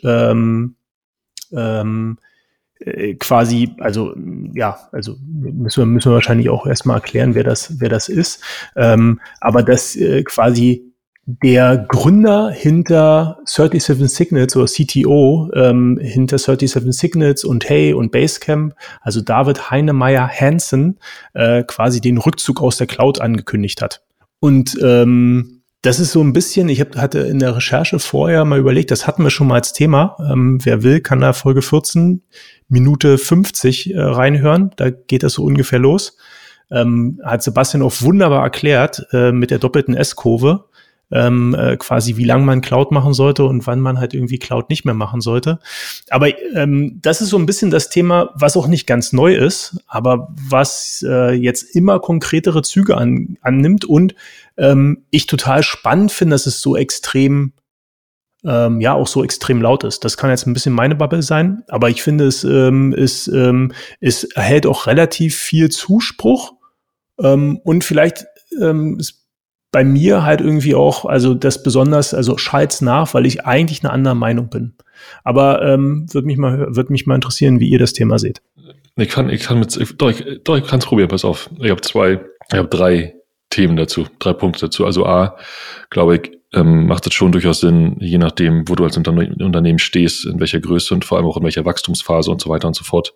quasi, also müssen wir wahrscheinlich auch erstmal erklären, wer das ist. Aber dass quasi der Gründer hinter 37 Signals oder CTO hinter 37 Signals und Hey und Basecamp, also David Heinemeier Hansen, quasi den Rückzug aus der Cloud angekündigt hat. Und das ist so ein bisschen, hatte in der Recherche vorher mal überlegt, das hatten wir schon mal als Thema. Wer will, kann da Folge 14, Minute 50 reinhören. Da geht das so ungefähr los. Hat Sebastian auch wunderbar erklärt mit der doppelten S-Kurve, quasi wie lange man Cloud machen sollte und wann man halt irgendwie Cloud nicht mehr machen sollte. Aber das ist so ein bisschen das Thema, was auch nicht ganz neu ist, aber was jetzt immer konkretere Züge annimmt und ich total spannend finde, dass es so extrem auch so extrem laut ist. Das kann jetzt ein bisschen meine Bubble sein, aber ich finde, es erhält auch relativ viel Zuspruch und vielleicht ist bei mir halt irgendwie auch, also das besonders, also schallt's nach, weil ich eigentlich eine andere Meinung bin. Aber würde mich mal interessieren, wie ihr das Thema seht. Ich kann es probieren, pass auf. Ich habe 3 Themen dazu, 3 Punkte dazu. Also A, glaube ich, macht es schon durchaus Sinn, je nachdem, wo du als Unternehmen stehst, in welcher Größe und vor allem auch in welcher Wachstumsphase und so weiter und so fort,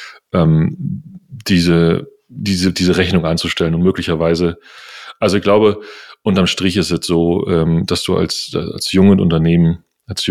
diese Rechnung einzustellen und möglicherweise, also ich glaube, unterm Strich ist es so, dass du als junges Unternehmen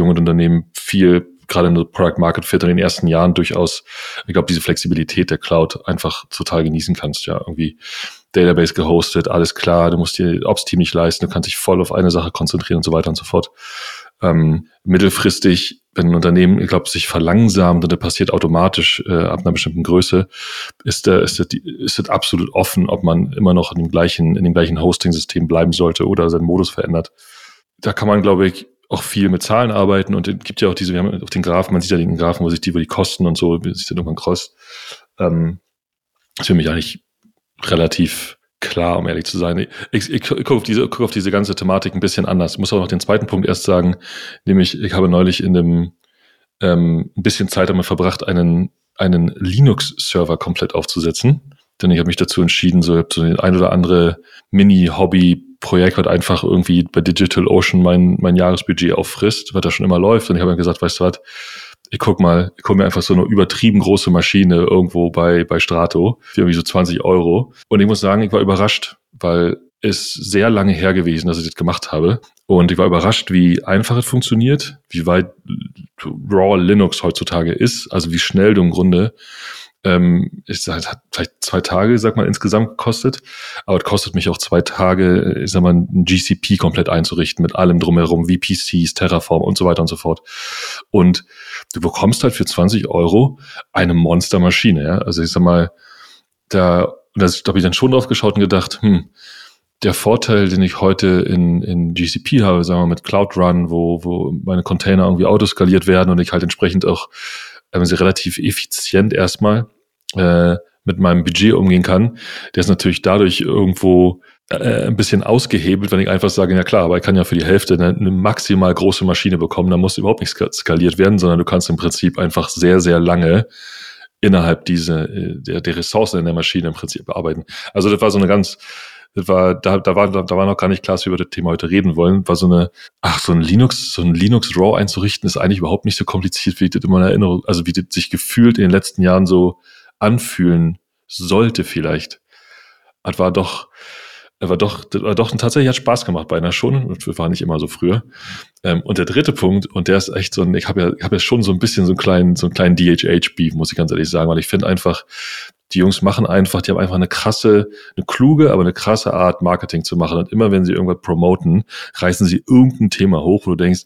viel, gerade in der Product Market Fit in den ersten Jahren durchaus, ich glaube, diese Flexibilität der Cloud einfach total genießen kannst. Ja, irgendwie Database gehostet, alles klar, du musst dir Ops-Team nicht leisten, du kannst dich voll auf eine Sache konzentrieren und so weiter und so fort. Mittelfristig, wenn ein Unternehmen, ich glaube, sich verlangsamt und das passiert automatisch ab einer bestimmten Größe, ist das absolut offen, ob man immer noch in dem gleichen Hosting-System bleiben sollte oder seinen Modus verändert. Da kann man, glaube ich, auch viel mit Zahlen arbeiten und es gibt ja auch wir haben auf den Graphen, man sieht ja den Graphen, wo die Kosten und so, sich dann irgendwann cross. Das ist für mich eigentlich relativ klar, um ehrlich zu sein. Ich gucke auf diese ganze Thematik ein bisschen anders. Ich muss auch noch den zweiten Punkt erst sagen, nämlich ich habe neulich in einem ein bisschen Zeit damit verbracht, einen Linux-Server komplett aufzusetzen. Denn ich habe mich dazu entschieden, so ein oder andere Mini-Hobby-Projekt, was einfach irgendwie bei DigitalOcean mein Jahresbudget auffrisst, was da schon immer läuft. Und ich habe mir gesagt, weißt du was, ich guck mir einfach so eine übertrieben große Maschine irgendwo bei Strato für irgendwie so 20 €. Und ich muss sagen, ich war überrascht, weil es sehr lange her gewesen, dass ich das gemacht habe. Und ich war überrascht, wie einfach es funktioniert, wie weit Raw Linux heutzutage ist, also wie schnell du im Grunde es hat vielleicht 2 Tage, sag mal, insgesamt gekostet, aber es kostet mich auch 2 Tage, ich sag mal, ein GCP komplett einzurichten, mit allem drumherum, VPCs, Terraform und so weiter und so fort. Und du bekommst halt für 20 € eine Monstermaschine, ja. Also ich sag mal, da habe ich dann schon drauf geschaut und gedacht, der Vorteil, den ich heute in GCP habe, sagen wir mal mit Cloud Run, wo meine Container irgendwie autoskaliert werden und ich halt entsprechend auch relativ effizient erstmal mit meinem Budget umgehen kann, der ist natürlich dadurch irgendwo ein bisschen ausgehebelt, wenn ich einfach sage, ja klar, aber ich kann ja für die Hälfte eine maximal große Maschine bekommen, da muss überhaupt nicht skaliert werden, sondern du kannst im Prinzip einfach sehr, sehr lange innerhalb der Ressourcen in der Maschine im Prinzip bearbeiten. Also das war so eine da war noch gar nicht klar, dass wir über das Thema heute reden wollen, war so ein Linux RAW einzurichten, ist eigentlich überhaupt nicht so kompliziert, wie ich das immer in Erinnerung, also wie das sich gefühlt in den letzten Jahren so anfühlen sollte vielleicht. Das war doch Tatsächlich hat Spaß gemacht beinahe schon. Und wir waren nicht immer so früher. Und der dritte Punkt, und der ist echt so ich habe ja schon so ein bisschen so einen kleinen DHH-Beef, muss ich ganz ehrlich sagen, weil ich finde einfach, die Jungs die haben einfach eine kluge, aber eine krasse Art, Marketing zu machen. Und immer wenn sie irgendwas promoten, reißen sie irgendein Thema hoch, wo du denkst,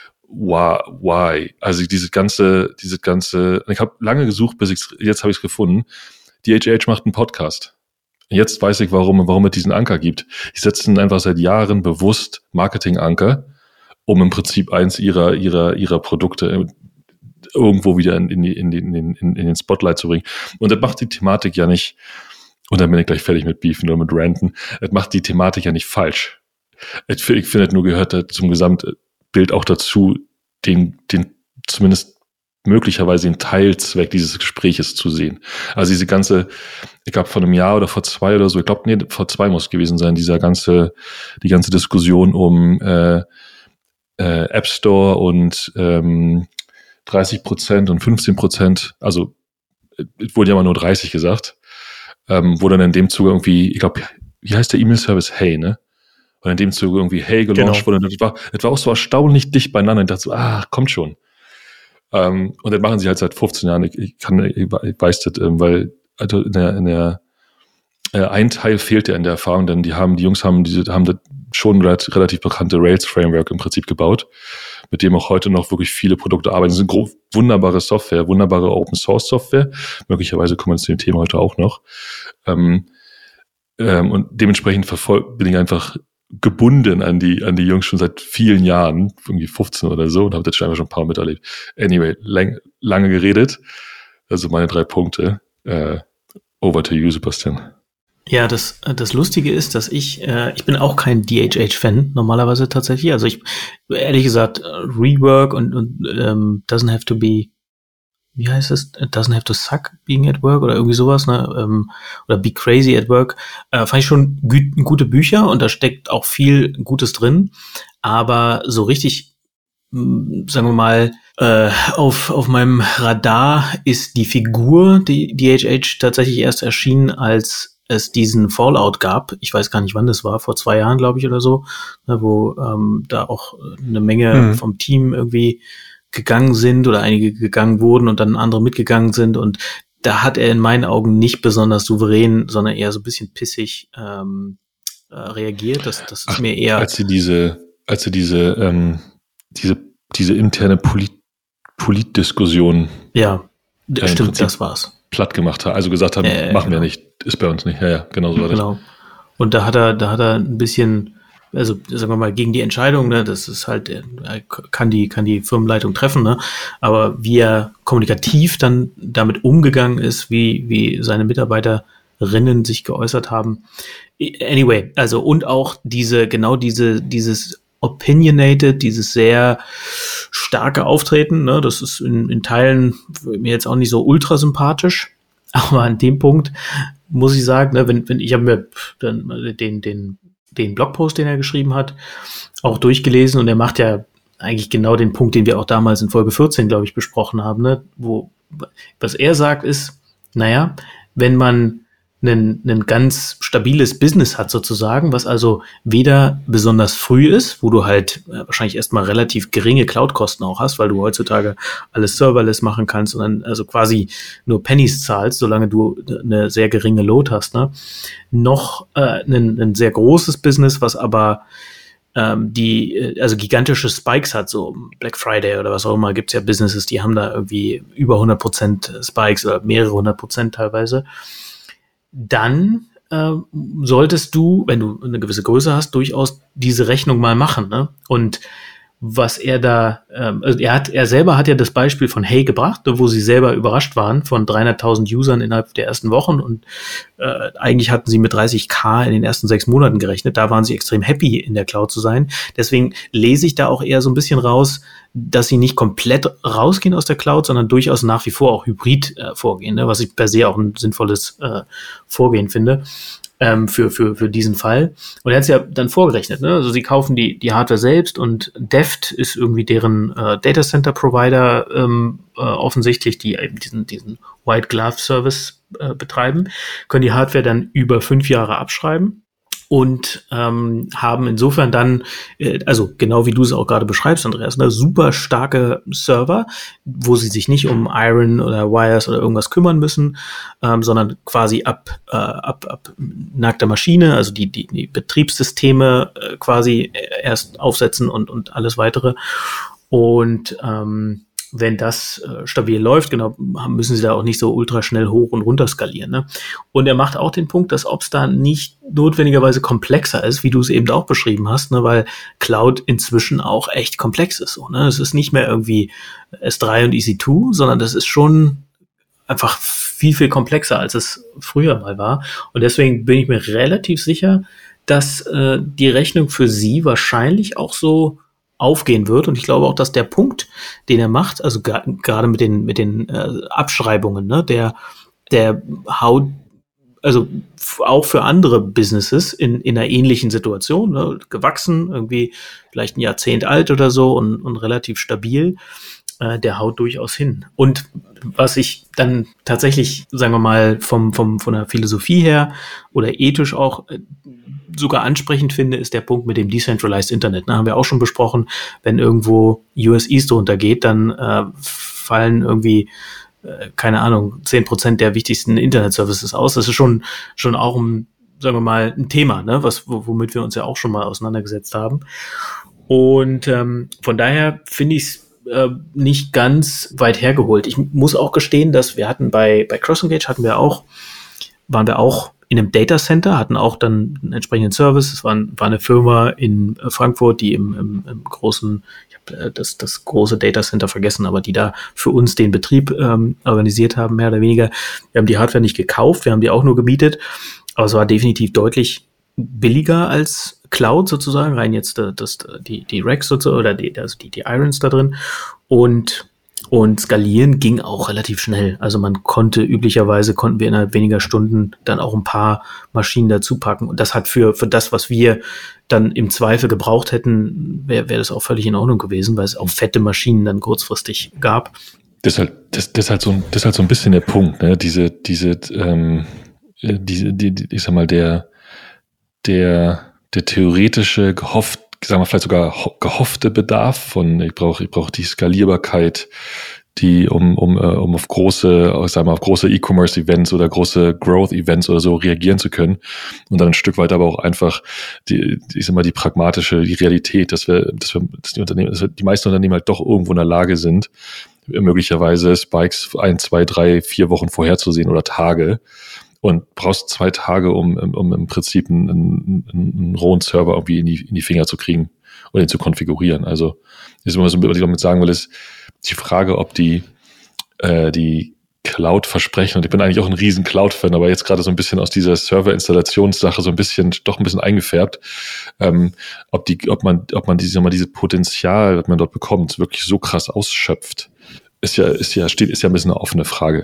why? Also dieses ganze, ich habe lange gesucht, jetzt habe ich es gefunden. DHH macht einen Podcast. Jetzt weiß ich, warum es diesen Anker gibt. Die setzen einfach seit Jahren bewusst Marketing-Anker, um im Prinzip eins ihrer Produkte irgendwo wieder in den Spotlight zu bringen. Und das macht die Thematik ja nicht, und dann bin ich gleich fertig mit Beefen oder mit Ranten, das macht die Thematik ja nicht falsch. Ich finde, das nur gehört zum Gesamtbild auch dazu, den zumindest möglicherweise den Teilzweck dieses Gespräches zu sehen. Also diese ganze, ich glaube vor einem Jahr oder vor 2 oder so, vor 2 muss es gewesen sein, die ganze Diskussion um App Store und 30% und 15%, also es wurde ja mal nur 30 gesagt, wo dann in dem Zuge irgendwie, ich glaube, wie heißt der E-Mail-Service? Hey, ne? Und in dem Zuge irgendwie Hey gelauncht wurde. Das war auch so erstaunlich dicht beieinander. Ich dachte so, kommt schon. Und das machen sie halt seit 15 Jahren. Ich weiß das, weil also in der ein Teil fehlt ja in der Erfahrung, denn die Jungs haben das schon relativ bekannte Rails-Framework im Prinzip gebaut, mit dem auch heute noch wirklich viele Produkte arbeiten. Das ist eine wunderbare Software, wunderbare Open-Source-Software. Möglicherweise kommen wir zu dem Thema heute auch noch. Und dementsprechend bin ich einfach gebunden an die Jungs schon seit vielen Jahren, irgendwie 15 oder so, und habe das scheinbar schon ein paar Mal miterlebt. Anyway, lange geredet. Also meine 3 Punkte. Over to you, Sebastian. Ja, das Lustige ist, dass ich bin auch kein DHH-Fan normalerweise tatsächlich. Also ich, ehrlich gesagt, Rework und doesn't have to be, wie heißt es? It doesn't have to suck being at work oder irgendwie sowas, ne? Oder be crazy at work. Fand ich schon gute Bücher und da steckt auch viel Gutes drin. Aber so richtig, sagen wir mal, auf meinem Radar ist die Figur, die DHH tatsächlich erst erschienen, als es diesen Fallout gab. Ich weiß gar nicht, wann das war, vor 2 Jahren, glaube ich, oder so, ne, wo da auch eine Menge vom Team irgendwie gegangen sind oder einige gegangen wurden und dann andere mitgegangen sind. Und da hat er in meinen Augen nicht besonders souverän, sondern eher so ein bisschen pissig reagiert. Das ist mir eher... Als sie diese interne Politdiskussion stimmt, das war's. Platt gemacht haben, also gesagt haben, machen wir nicht, ist bei uns nicht. Ja, genau so war das. Genau. Und da hat er ein bisschen, also sagen wir mal, gegen die Entscheidung, ne, das ist halt, kann die Firmenleitung treffen, ne, aber wie er kommunikativ dann damit umgegangen ist, wie seine Mitarbeiterinnen sich geäußert haben. Anyway, also und auch dieses opinionated, dieses sehr starke Auftreten, ne, das ist in Teilen mir jetzt auch nicht so ultra sympathisch, aber an dem Punkt muss ich sagen, ne, wenn ich habe mir dann den Blogpost, den er geschrieben hat, auch durchgelesen und er macht ja eigentlich genau den Punkt, den wir auch damals in Folge 14, glaube ich, besprochen haben, ne, was er sagt ist, naja, wenn man ein ganz stabiles Business hat sozusagen, was also weder besonders früh ist, wo du halt wahrscheinlich erstmal relativ geringe Cloud-Kosten auch hast, weil du heutzutage alles serverless machen kannst und dann also quasi nur Pennies zahlst, solange du eine sehr geringe Load hast, ne? Noch ein sehr großes Business, was aber also gigantische Spikes hat, so Black Friday oder was auch immer, gibt's ja Businesses, die haben da irgendwie über 100% Spikes oder mehrere 100% teilweise. Dann solltest du, wenn du eine gewisse Größe hast, durchaus diese Rechnung mal machen, ne? Und was er da, also er selber hat ja das Beispiel von Hey gebracht, wo sie selber überrascht waren von 300.000 Usern innerhalb der ersten Wochen und eigentlich hatten sie mit 30.000 in den ersten 6 Monaten gerechnet. Da waren sie extrem happy, in der Cloud zu sein. Deswegen lese ich da auch eher so ein bisschen raus, dass sie nicht komplett rausgehen aus der Cloud, sondern durchaus nach wie vor auch hybrid vorgehen, ne? Was ich per se auch ein sinnvolles Vorgehen finde. Für diesen Fall. Und er hat es ja dann vorgerechnet, ne? Also sie kaufen die Hardware selbst und Deft ist irgendwie deren Data Center Provider offensichtlich, die eben diesen White Glove Service betreiben, können die Hardware dann über 5 Jahre abschreiben und haben insofern dann, also genau wie du es auch gerade beschreibst, Andreas, eine super starke Server, wo sie sich nicht um Iron oder Wires oder irgendwas kümmern müssen, sondern quasi ab nackter Maschine, also die Betriebssysteme quasi erst aufsetzen und alles weitere. Und wenn das stabil läuft, genau, müssen sie da auch nicht so ultra schnell hoch und runter skalieren. Ne? Und er macht auch den Punkt, dass Ops da nicht notwendigerweise komplexer ist, wie du es eben auch beschrieben hast, ne? Weil Cloud inzwischen auch echt komplex ist. So, ne? Es ist nicht mehr irgendwie S3 und EC2, sondern das ist schon einfach viel, viel komplexer, als es früher mal war. Und deswegen bin ich mir relativ sicher, dass die Rechnung für sie wahrscheinlich auch so aufgehen wird. Und ich glaube auch, dass der Punkt, den er macht, also gerade mit den Abschreibungen, ne, der haut, also auch für andere Businesses in einer ähnlichen Situation, ne, gewachsen, irgendwie vielleicht ein Jahrzehnt alt oder so und relativ stabil, der haut durchaus hin. Und was ich dann tatsächlich, sagen wir mal, von der Philosophie her oder ethisch auch sogar ansprechend finde, ist der Punkt mit dem Decentralized Internet. Da haben wir auch schon besprochen, wenn irgendwo US East runtergeht, dann fallen irgendwie, keine Ahnung, 10% der wichtigsten Internet-Services aus. Das ist schon auch sagen wir mal, ein Thema, ne, womit wir uns ja auch schon mal auseinandergesetzt haben. Und von daher finde ich es nicht ganz weit hergeholt. Ich muss auch gestehen, dass wir hatten bei CrossEngage waren wir auch in einem Datacenter, hatten auch dann einen entsprechenden Service. Es war eine Firma in Frankfurt, die im großen, ich habe das große Datacenter vergessen, aber die da für uns den Betrieb organisiert haben, mehr oder weniger. Wir haben die Hardware nicht gekauft, wir haben die auch nur gemietet, aber es war definitiv deutlich billiger als Cloud sozusagen, rein jetzt die Racks sozusagen oder die Irons da drin und skalieren ging auch relativ schnell. Also konnten wir innerhalb weniger Stunden dann auch ein paar Maschinen dazu packen. Und das hat für das, was wir dann im Zweifel gebraucht hätten, wäre das auch völlig in Ordnung gewesen, weil es auch fette Maschinen dann kurzfristig gab. Das ist halt so ein bisschen der Punkt, ne? Ich sag mal, der theoretische sagen wir vielleicht sogar gehoffte Bedarf von, ich brauche die Skalierbarkeit, die um auf große E-Commerce-Events oder große Growth-Events oder so reagieren zu können und dann ein Stück weit aber auch einfach die Realität, dass die meisten Unternehmen halt doch irgendwo in der Lage sind, möglicherweise Spikes 1, 2, 3, 4 Wochen vorherzusehen oder Tage. Und brauchst 2 Tage, um im Prinzip einen rohen Server irgendwie in die Finger zu kriegen und ihn zu konfigurieren. Also ist immer so, was ich damit sagen will, ist die Frage, ob die Cloud versprechen, und ich bin eigentlich auch ein riesen Cloud-Fan, aber jetzt gerade so ein bisschen aus dieser Server-Installationssache so ein bisschen ob man dieses Potenzial, das man dort bekommt, wirklich so krass ausschöpft, ist ja ein bisschen eine offene Frage.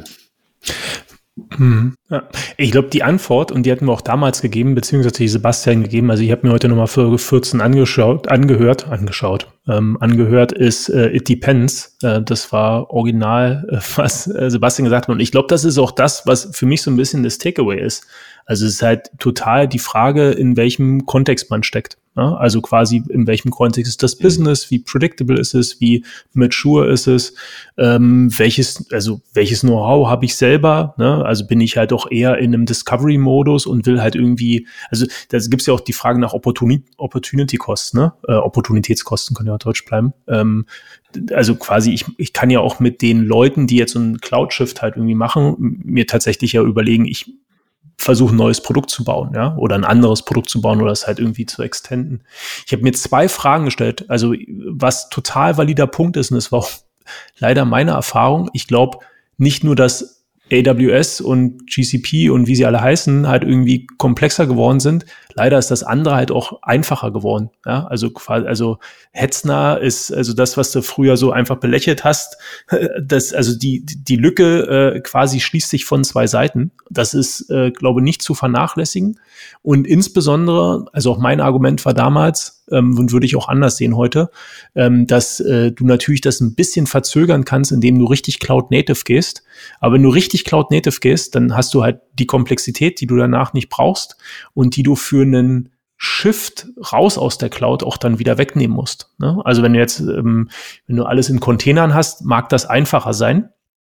Ja. Ich glaube, die Antwort, und die hatten wir auch damals gegeben, beziehungsweise die Sebastian gegeben, also ich habe mir heute nochmal Folge 14 angehört, ist It Depends. Das war original, was Sebastian gesagt hat. Und ich glaube, das ist auch das, was für mich so ein bisschen das Takeaway ist. Also es ist halt total die Frage, in welchem Kontext man steckt. Ne? Also quasi, in welchem Kontext ist das Business, wie predictable ist es, wie mature ist es, welches Know-how habe ich selber, ne? Also bin ich halt auch eher in einem Discovery-Modus und will halt irgendwie, also da gibt es ja auch die Frage nach Opportunity-Kosten, ne? Opportunitätskosten können ja auch Deutsch bleiben. Also quasi, ich kann ja auch mit den Leuten, die jetzt so einen Cloud-Shift halt irgendwie machen, mir tatsächlich ja überlegen, ich versuche ein neues Produkt zu bauen, ja, oder ein anderes Produkt zu bauen oder es halt irgendwie zu extenden. Ich habe mir 2 Fragen gestellt, also was total valider Punkt ist, und das war auch leider meine Erfahrung, ich glaube nicht nur, dass AWS und GCP und wie sie alle heißen, halt irgendwie komplexer geworden sind. Leider ist das andere halt auch einfacher geworden. Ja, also Hetzner ist also das, was du früher so einfach belächelt hast. Die Lücke quasi schließt sich von 2 Seiten. Das ist, glaube ich, nicht zu vernachlässigen. Und insbesondere, also auch mein Argument war damals, und würde ich auch anders sehen heute, dass du natürlich das ein bisschen verzögern kannst, indem du richtig Cloud-Native gehst. Aber wenn du richtig Cloud-Native gehst, dann hast du halt die Komplexität, die du danach nicht brauchst und die du für einen Shift raus aus der Cloud auch dann wieder wegnehmen musst. Ne? Also wenn du jetzt, wenn du alles in Containern hast, mag das einfacher sein.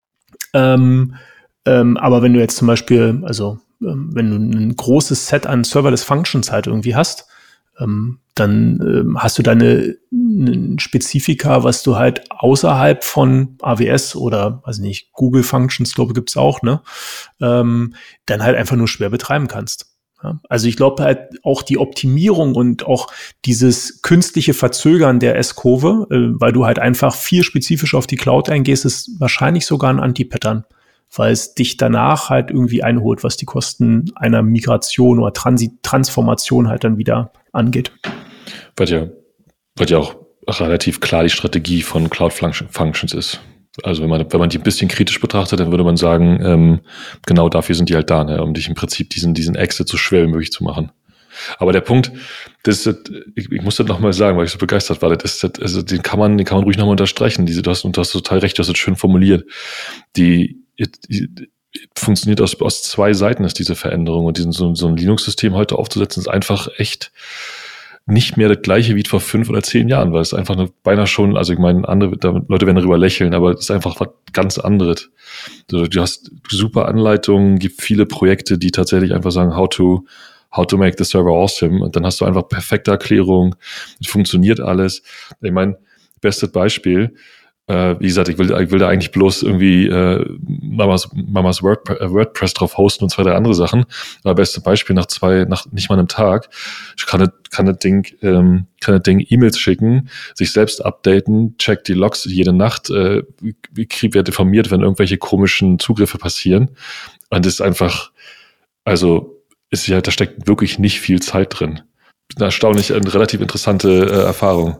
Aber wenn du jetzt zum Beispiel, wenn du ein großes Set an Serverless Functions halt irgendwie hast, dann hast du deine Spezifika, was du halt außerhalb von AWS oder, weiß nicht, Google Functions, glaube ich, gibt's auch, ne, dann halt einfach nur schwer betreiben kannst. Ja? Also ich glaube halt auch die Optimierung und auch dieses künstliche Verzögern der S-Kurve, weil du halt einfach viel spezifisch auf die Cloud eingehst, ist wahrscheinlich sogar ein Anti-Pattern, weil es dich danach halt irgendwie einholt, was die Kosten einer Migration oder Transformation halt dann wieder angeht. Wird ja auch relativ klar die Strategie von Cloud Functions ist. Also wenn man die ein bisschen kritisch betrachtet, dann würde man sagen, genau dafür sind die halt da, ne, um dich im Prinzip diesen Exit so schwer wie möglich zu machen. Aber der Punkt, ich muss das nochmal sagen, weil ich so begeistert war, den kann man ruhig nochmal unterstreichen. Du hast total recht, du hast das schön formuliert. Die funktioniert aus zwei Seiten, ist diese Veränderung. Und so ein Linux-System heute aufzusetzen, ist einfach echt nicht mehr das gleiche wie vor 5 oder 10 Jahren, weil es einfach beinahe schon, also ich meine, Leute werden darüber lächeln, aber es ist einfach was ganz anderes. Du hast super Anleitungen, gibt viele Projekte, die tatsächlich einfach sagen, how to make the server awesome, und dann hast du einfach perfekte Erklärung, es funktioniert alles. Ich meine, bestes Beispiel, wie gesagt, ich will da eigentlich bloß irgendwie Mamas WordPress drauf hosten und 2, 3 andere Sachen. Aber beste Beispiel, nach nicht mal einem Tag, ich kann das Ding E-Mails schicken, sich selbst updaten, checkt die Logs jede Nacht, wird informiert, wenn irgendwelche komischen Zugriffe passieren. Und das ist einfach, also da steckt wirklich nicht viel Zeit drin. Eine erstaunlich, eine relativ interessante Erfahrung.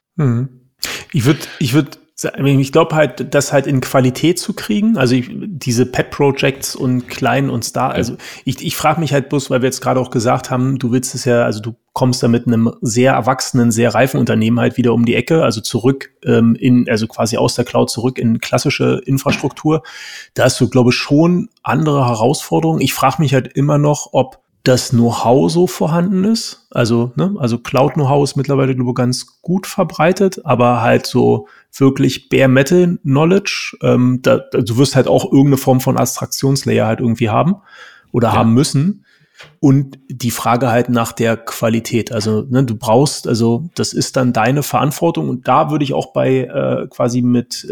Ich glaube halt, das halt in Qualität zu kriegen, also diese Pet-Projects und Klein und Star, also ich frage mich halt bloß, weil wir jetzt gerade auch gesagt haben, du willst es ja, also du kommst da mit einem sehr erwachsenen, sehr reifen Unternehmen halt wieder um die Ecke, also zurück also quasi aus der Cloud zurück in klassische Infrastruktur. Da hast du, glaube ich, schon andere Herausforderungen. Ich frage mich halt immer noch, ob das Know-how so vorhanden ist. Also Cloud-Know-how ist mittlerweile, glaube ich, ganz gut verbreitet, aber halt so wirklich Bare-Metal-Knowledge, du wirst halt auch irgendeine Form von Abstraktionslayer halt irgendwie haben oder haben müssen. Und die Frage halt nach der Qualität. Also du brauchst, also das ist dann deine Verantwortung, und da würde ich auch bei quasi mit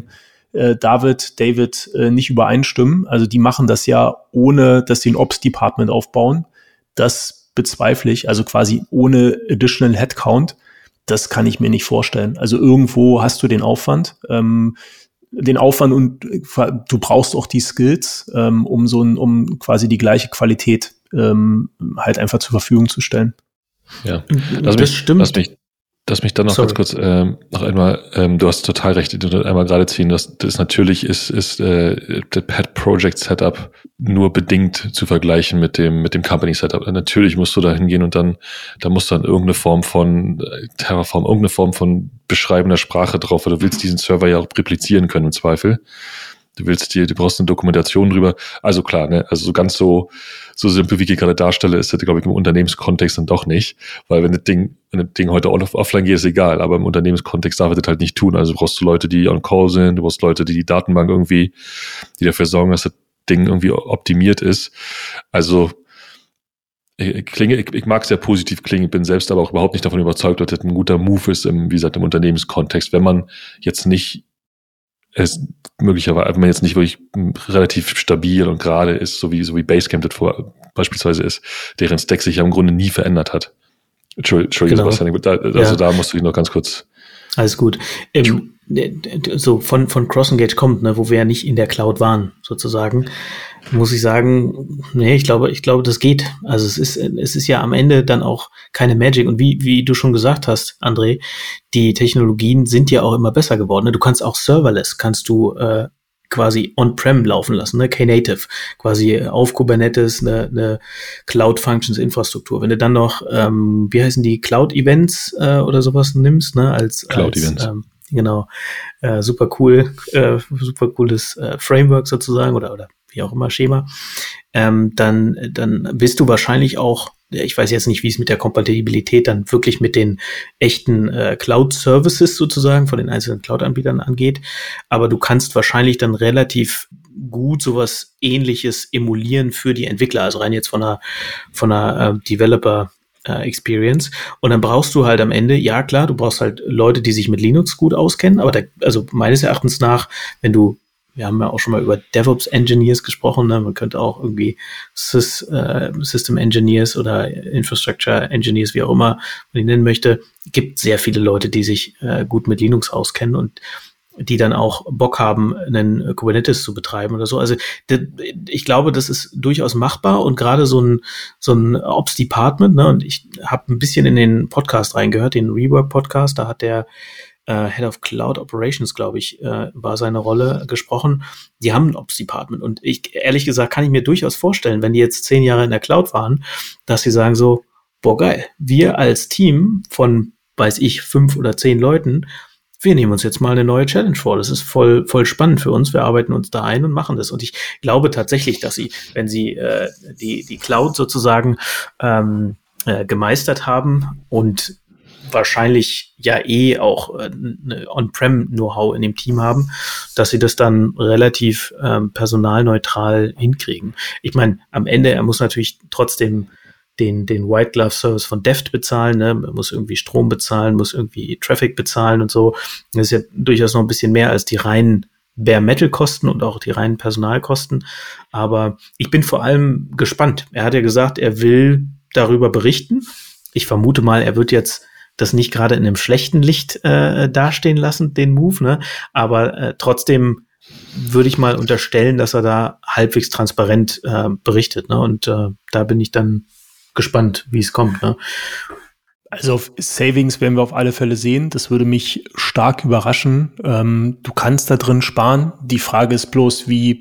David nicht übereinstimmen. Also die machen das ja, ohne dass sie ein Ops-Department aufbauen. Das bezweifle ich. Also quasi ohne Additional Headcount. Das kann ich mir nicht vorstellen. Also irgendwo hast du den Aufwand. Und du brauchst auch die Skills, um quasi die gleiche Qualität halt einfach zur Verfügung zu stellen. Ja, das stimmt. Lass mich dann noch ganz kurz noch einmal, du hast total recht, du einmal gerade ziehen, das natürlich ist der Pet Project Setup nur bedingt zu vergleichen mit dem Company Setup. Natürlich musst du da hingehen und da musst du dann irgendeine Form von Terraform, irgendeine Form von beschreibender Sprache drauf, weil du willst diesen Server ja auch replizieren können im Zweifel. Du brauchst eine Dokumentation drüber. Also klar, ne, also so simpel, wie ich gerade darstelle, ist das, glaube ich, im Unternehmenskontext dann doch nicht. Weil wenn das Ding heute offline geht, ist egal. Aber im Unternehmenskontext darf er das halt nicht tun. Also brauchst du Leute, die on call sind, du brauchst Leute, die Datenbank irgendwie, die dafür sorgen, dass das Ding irgendwie optimiert ist. Also, ich mag sehr positiv klingen, bin selbst aber auch überhaupt nicht davon überzeugt, dass das ein guter Move ist, wie gesagt, im Unternehmenskontext, wenn man jetzt nicht möglicherweise, wenn man jetzt nicht wirklich relativ stabil und gerade ist, so wie Basecamp das beispielsweise ist, deren Stack sich ja im Grunde nie verändert hat. Entschuldige, genau. Sebastian, da musst du dich noch ganz kurz. Alles gut. So von CrossEngage kommt, ne, wo wir ja nicht in der Cloud waren, sozusagen, muss ich sagen, nee, ich glaube, das geht. Also es ist ja am Ende dann auch keine Magic. Und wie du schon gesagt hast, André, die Technologien sind ja auch immer besser geworden. Ne? Du kannst auch serverless, quasi on-prem laufen lassen, ne? Knative, quasi auf Kubernetes, eine Cloud-Functions-Infrastruktur. Wenn du dann noch, wie heißen die, Cloud-Events oder sowas nimmst, ne? Als Cloud-Events. Genau, super cooles Framework sozusagen oder wie auch immer Schema, dann bist du wahrscheinlich auch ich weiß jetzt nicht, wie es mit der Kompatibilität dann wirklich mit den echten Cloud-Services sozusagen von den einzelnen Cloud-Anbietern angeht, aber du kannst wahrscheinlich dann relativ gut sowas Ähnliches emulieren für die Entwickler, also rein jetzt von einer Developer Experience. Und dann brauchst du halt am Ende, ja klar, du brauchst halt Leute, die sich mit Linux gut auskennen, aber also meines Erachtens nach, wir haben ja auch schon mal über DevOps Engineers gesprochen, ne? Man könnte auch irgendwie System Engineers oder Infrastructure Engineers, wie auch immer man die nennen möchte, gibt sehr viele Leute, die sich gut mit Linux auskennen und die dann auch Bock haben, einen Kubernetes zu betreiben oder so. Also ich glaube, das ist durchaus machbar und gerade so ein Ops-Department, ne, und ich habe ein bisschen in den Podcast reingehört, den Rework-Podcast, da hat der Head of Cloud Operations, glaube ich, war seine Rolle gesprochen. Die haben ein Ops-Department und ehrlich gesagt, kann ich mir durchaus vorstellen, wenn die jetzt 10 Jahre in der Cloud waren, dass sie sagen so, boah, geil, wir als Team von, weiß ich, 5 oder 10 Leuten, wir nehmen uns jetzt mal eine neue Challenge vor. Das ist voll spannend für uns. Wir arbeiten uns da ein und machen das. Und ich glaube tatsächlich, dass sie, wenn sie die Cloud sozusagen gemeistert haben und wahrscheinlich ja auch eine On-Prem-Know-how in dem Team haben, dass sie das dann relativ personalneutral hinkriegen. Ich meine, am Ende, er muss natürlich trotzdem den White Glove Service von Deft bezahlen, ne? Man muss irgendwie Strom bezahlen, muss irgendwie Traffic bezahlen und so. Das ist ja durchaus noch ein bisschen mehr als die reinen Bare Metal Kosten und auch die reinen Personalkosten. Aber ich bin vor allem gespannt. Er hat ja gesagt, er will darüber berichten. Ich vermute mal, er wird jetzt das nicht gerade in einem schlechten Licht dastehen lassen, den Move, ne? Aber trotzdem würde ich mal unterstellen, dass er da halbwegs transparent berichtet, ne? Und da bin ich dann gespannt, wie es kommt, ne? Also auf Savings werden wir auf alle Fälle sehen. Das würde mich stark überraschen. Du kannst da drin sparen. Die Frage ist bloß, wie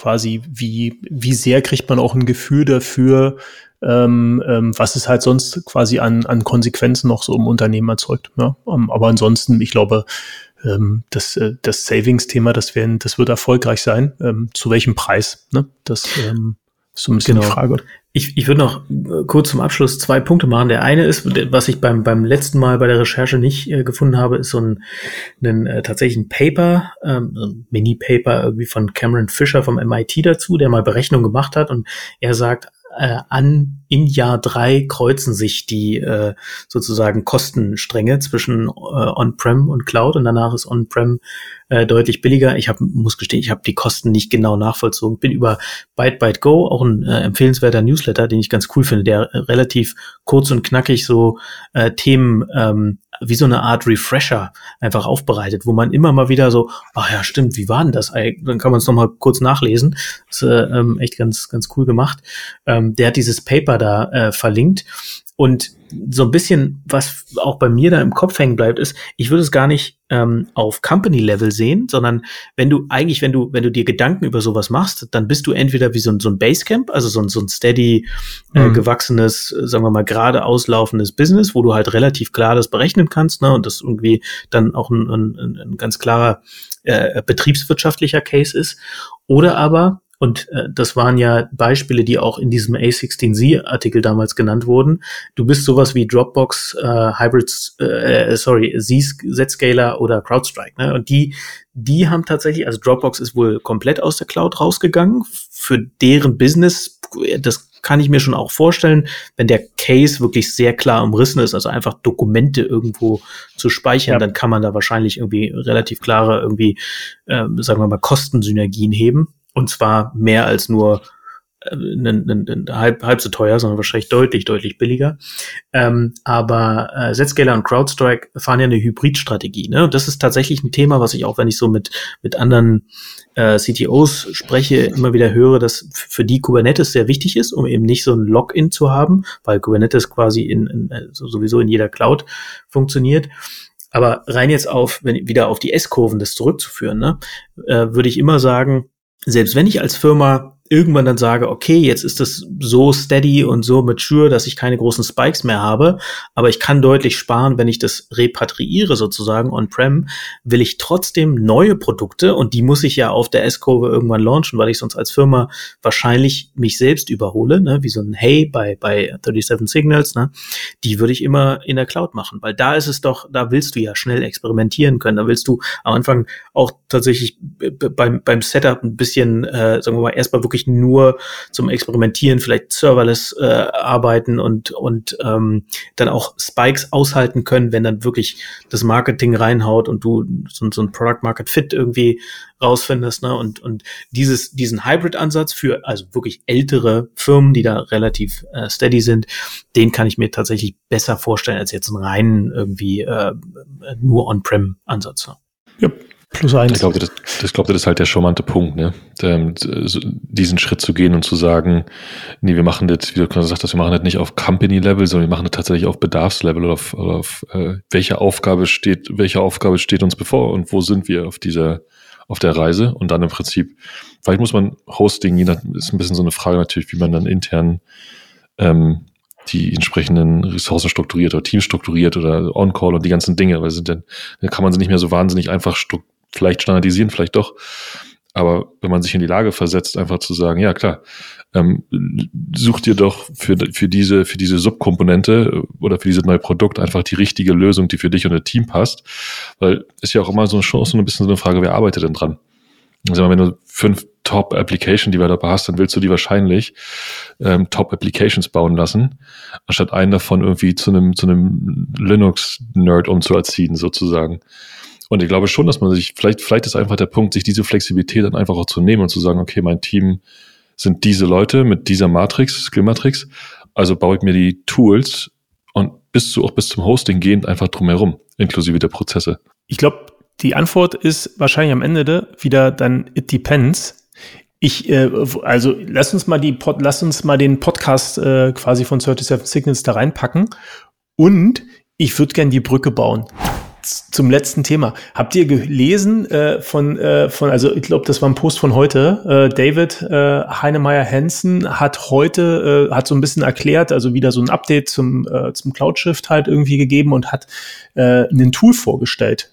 sehr kriegt man auch ein Gefühl dafür, was es halt sonst quasi an Konsequenzen noch so im Unternehmen erzeugt. Ja? Aber ansonsten, ich glaube, das Savings-Thema, das wird erfolgreich sein. Zu welchem Preis? Ne? Das ist so ein bisschen die Frage. Ich würde noch kurz zum Abschluss 2 Punkte machen. Der eine ist, was ich beim letzten Mal bei der Recherche nicht gefunden habe, ist so tatsächlich ein Paper, ein Mini-Paper irgendwie von Cameron Fisher vom MIT dazu, der mal Berechnungen gemacht hat und er sagt, in Jahr 3 kreuzen sich die sozusagen Kostenstränge zwischen On-Prem und Cloud und danach ist On-Prem deutlich billiger. Muss gestehen, ich habe die Kosten nicht genau nachvollzogen. Bin über Byte.go, auch ein empfehlenswerter Newsletter, den ich ganz cool finde, der relativ kurz und knackig so Themen wie so eine Art Refresher einfach aufbereitet, wo man immer mal wieder so, ach ja, stimmt, wie war denn das? Dann kann man es nochmal kurz nachlesen. Das ist echt ganz cool gemacht. Der hat dieses Paper da verlinkt. Und so ein bisschen, was auch bei mir da im Kopf hängen bleibt, ist, ich würde es gar nicht auf Company-Level sehen, sondern wenn du dir Gedanken über sowas machst, dann bist du entweder wie so ein Basecamp, also so ein steady, gewachsenes, sagen wir mal, gerade auslaufendes Business, wo du halt relativ klar das berechnen kannst, ne, und das irgendwie dann auch ein ganz klarer betriebswirtschaftlicher Case ist. Oder aber, und das waren ja Beispiele, die auch in diesem A16Z-Artikel damals genannt wurden. Du bist sowas wie Dropbox, Zscaler oder CrowdStrike, ne? Und die haben tatsächlich, also Dropbox ist wohl komplett aus der Cloud rausgegangen. Für deren Business, das kann ich mir schon auch vorstellen, wenn der Case wirklich sehr klar umrissen ist, also einfach Dokumente irgendwo zu speichern, dann kann man da wahrscheinlich irgendwie relativ klare sagen wir mal, Kostensynergien heben. Und zwar mehr als nur halb so teuer, sondern wahrscheinlich deutlich billiger. Aber Zscaler und CrowdStrike fahren ja eine Hybridstrategie, ne? Und das ist tatsächlich ein Thema, was ich auch, wenn ich so mit anderen CTOs spreche, immer wieder höre, dass für die Kubernetes sehr wichtig ist, um eben nicht so ein Login zu haben, weil Kubernetes quasi sowieso in jeder Cloud funktioniert. Aber rein jetzt wieder auf die S-Kurven das zurückzuführen, ne, würde ich immer sagen, selbst wenn ich als Firma irgendwann dann sage, okay, jetzt ist das so steady und so mature, dass ich keine großen Spikes mehr habe, aber ich kann deutlich sparen, wenn ich das repatriiere sozusagen on-prem, will ich trotzdem neue Produkte, und die muss ich ja auf der S-Kurve irgendwann launchen, weil ich sonst als Firma wahrscheinlich mich selbst überhole, ne, wie so ein Hey bei 37 Signals, ne, die würde ich immer in der Cloud machen, weil da ist es doch, da willst du ja schnell experimentieren können, da willst du am Anfang auch tatsächlich beim Setup ein bisschen, sagen wir mal, erstmal wirklich nur zum Experimentieren, vielleicht serverless arbeiten und dann auch Spikes aushalten können, wenn dann wirklich das Marketing reinhaut und du so ein Product Market Fit irgendwie rausfindest, ne? Und diesen Hybrid-Ansatz für also wirklich ältere Firmen, die da relativ steady sind, den kann ich mir tatsächlich besser vorstellen als jetzt einen reinen irgendwie nur On-Prem-Ansatz. Ne? Ja. +1. Ich glaube, das ist halt der charmante Punkt, ne? Diesen Schritt zu gehen und zu sagen, nee, wir machen das, wie du gerade gesagt hast, wir machen das nicht auf Company-Level, sondern wir machen das tatsächlich auf Bedarfslevel oder auf welche Aufgabe steht uns bevor und wo sind wir auf der Reise, und dann im Prinzip, vielleicht muss man Hosting, ist ein bisschen so eine Frage natürlich, wie man dann intern die entsprechenden Ressourcen strukturiert oder Teams strukturiert oder On-Call und die ganzen Dinge, weil dann kann man sie nicht mehr so wahnsinnig einfach vielleicht standardisieren, vielleicht doch. Aber wenn man sich in die Lage versetzt, einfach zu sagen, ja klar, such dir doch für diese Subkomponente oder für dieses neue Produkt einfach die richtige Lösung, die für dich und dein Team passt. Weil ist ja auch immer so ein bisschen so eine Frage, wer arbeitet denn dran? Also wenn du 5 Top-Application-Developer hast, dann willst du die wahrscheinlich Top-Applications bauen lassen, anstatt einen davon irgendwie zu einem Linux-Nerd umzuerziehen, sozusagen. Und ich glaube schon, dass man sich, vielleicht ist einfach der Punkt, sich diese Flexibilität dann einfach auch zu nehmen und zu sagen, okay, mein Team sind diese Leute mit dieser Skill-Matrix, also baue ich mir die Tools und bis zum Hosting gehend einfach drumherum, inklusive der Prozesse. Ich glaube, die Antwort ist wahrscheinlich am Ende wieder dann it depends. Also lass uns mal den Podcast quasi von 37 Signals da reinpacken, und ich würde gerne die Brücke bauen zum letzten Thema. Habt ihr gelesen also ich glaube, das war ein Post von heute, David Heinemeier-Hansen hat heute so ein bisschen erklärt, also wieder so ein Update zum Cloud Shift halt irgendwie gegeben und hat ein Tool vorgestellt,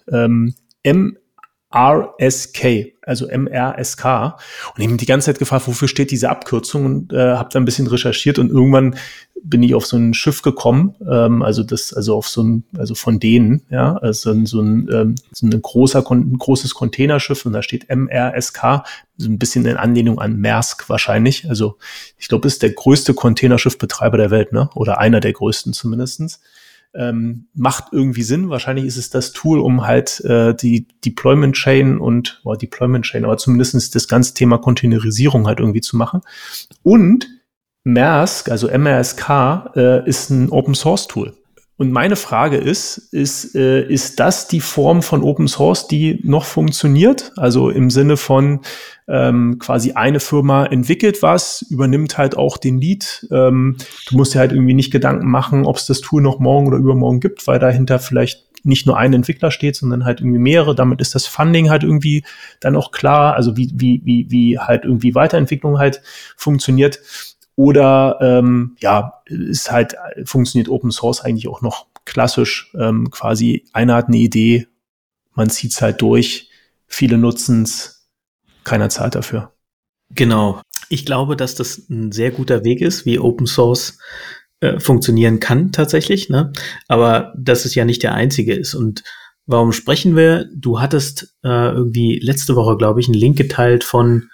MRSK, also MRSK, und ich habe die ganze Zeit gefragt, wofür steht diese Abkürzung, und habe da ein bisschen recherchiert, und irgendwann bin ich auf so ein Schiff gekommen, also von denen, ja, also so ein großes Containerschiff, und da steht MRSK, so ein bisschen in Anlehnung an Maersk wahrscheinlich, also ich glaube, das ist der größte Containerschiffbetreiber der Welt, ne, oder einer der größten zumindestens. Macht irgendwie Sinn. Wahrscheinlich ist es das Tool, um halt die Deployment Chain aber zumindest das ganze Thema Containerisierung halt irgendwie zu machen. Und Maersk, also MRSK, ist ein Open Source Tool. Und meine Frage ist das die Form von Open Source, die noch funktioniert? Also im Sinne von quasi eine Firma entwickelt was, übernimmt halt auch den Lead. Du musst dir halt irgendwie nicht Gedanken machen, ob es das Tool noch morgen oder übermorgen gibt, weil dahinter vielleicht nicht nur ein Entwickler steht, sondern halt irgendwie mehrere. Damit ist das Funding halt irgendwie dann auch klar, also wie halt irgendwie Weiterentwicklung halt funktioniert. Oder funktioniert Open Source eigentlich auch noch klassisch, quasi einer hat eine Idee, man zieht es halt durch, viele nutzen es, keiner zahlt dafür. Genau. Ich glaube, dass das ein sehr guter Weg ist, wie Open Source funktionieren kann tatsächlich, ne? Aber dass es ja nicht der einzige ist. Und warum sprechen wir? Du hattest irgendwie letzte Woche, glaube ich, einen Link geteilt von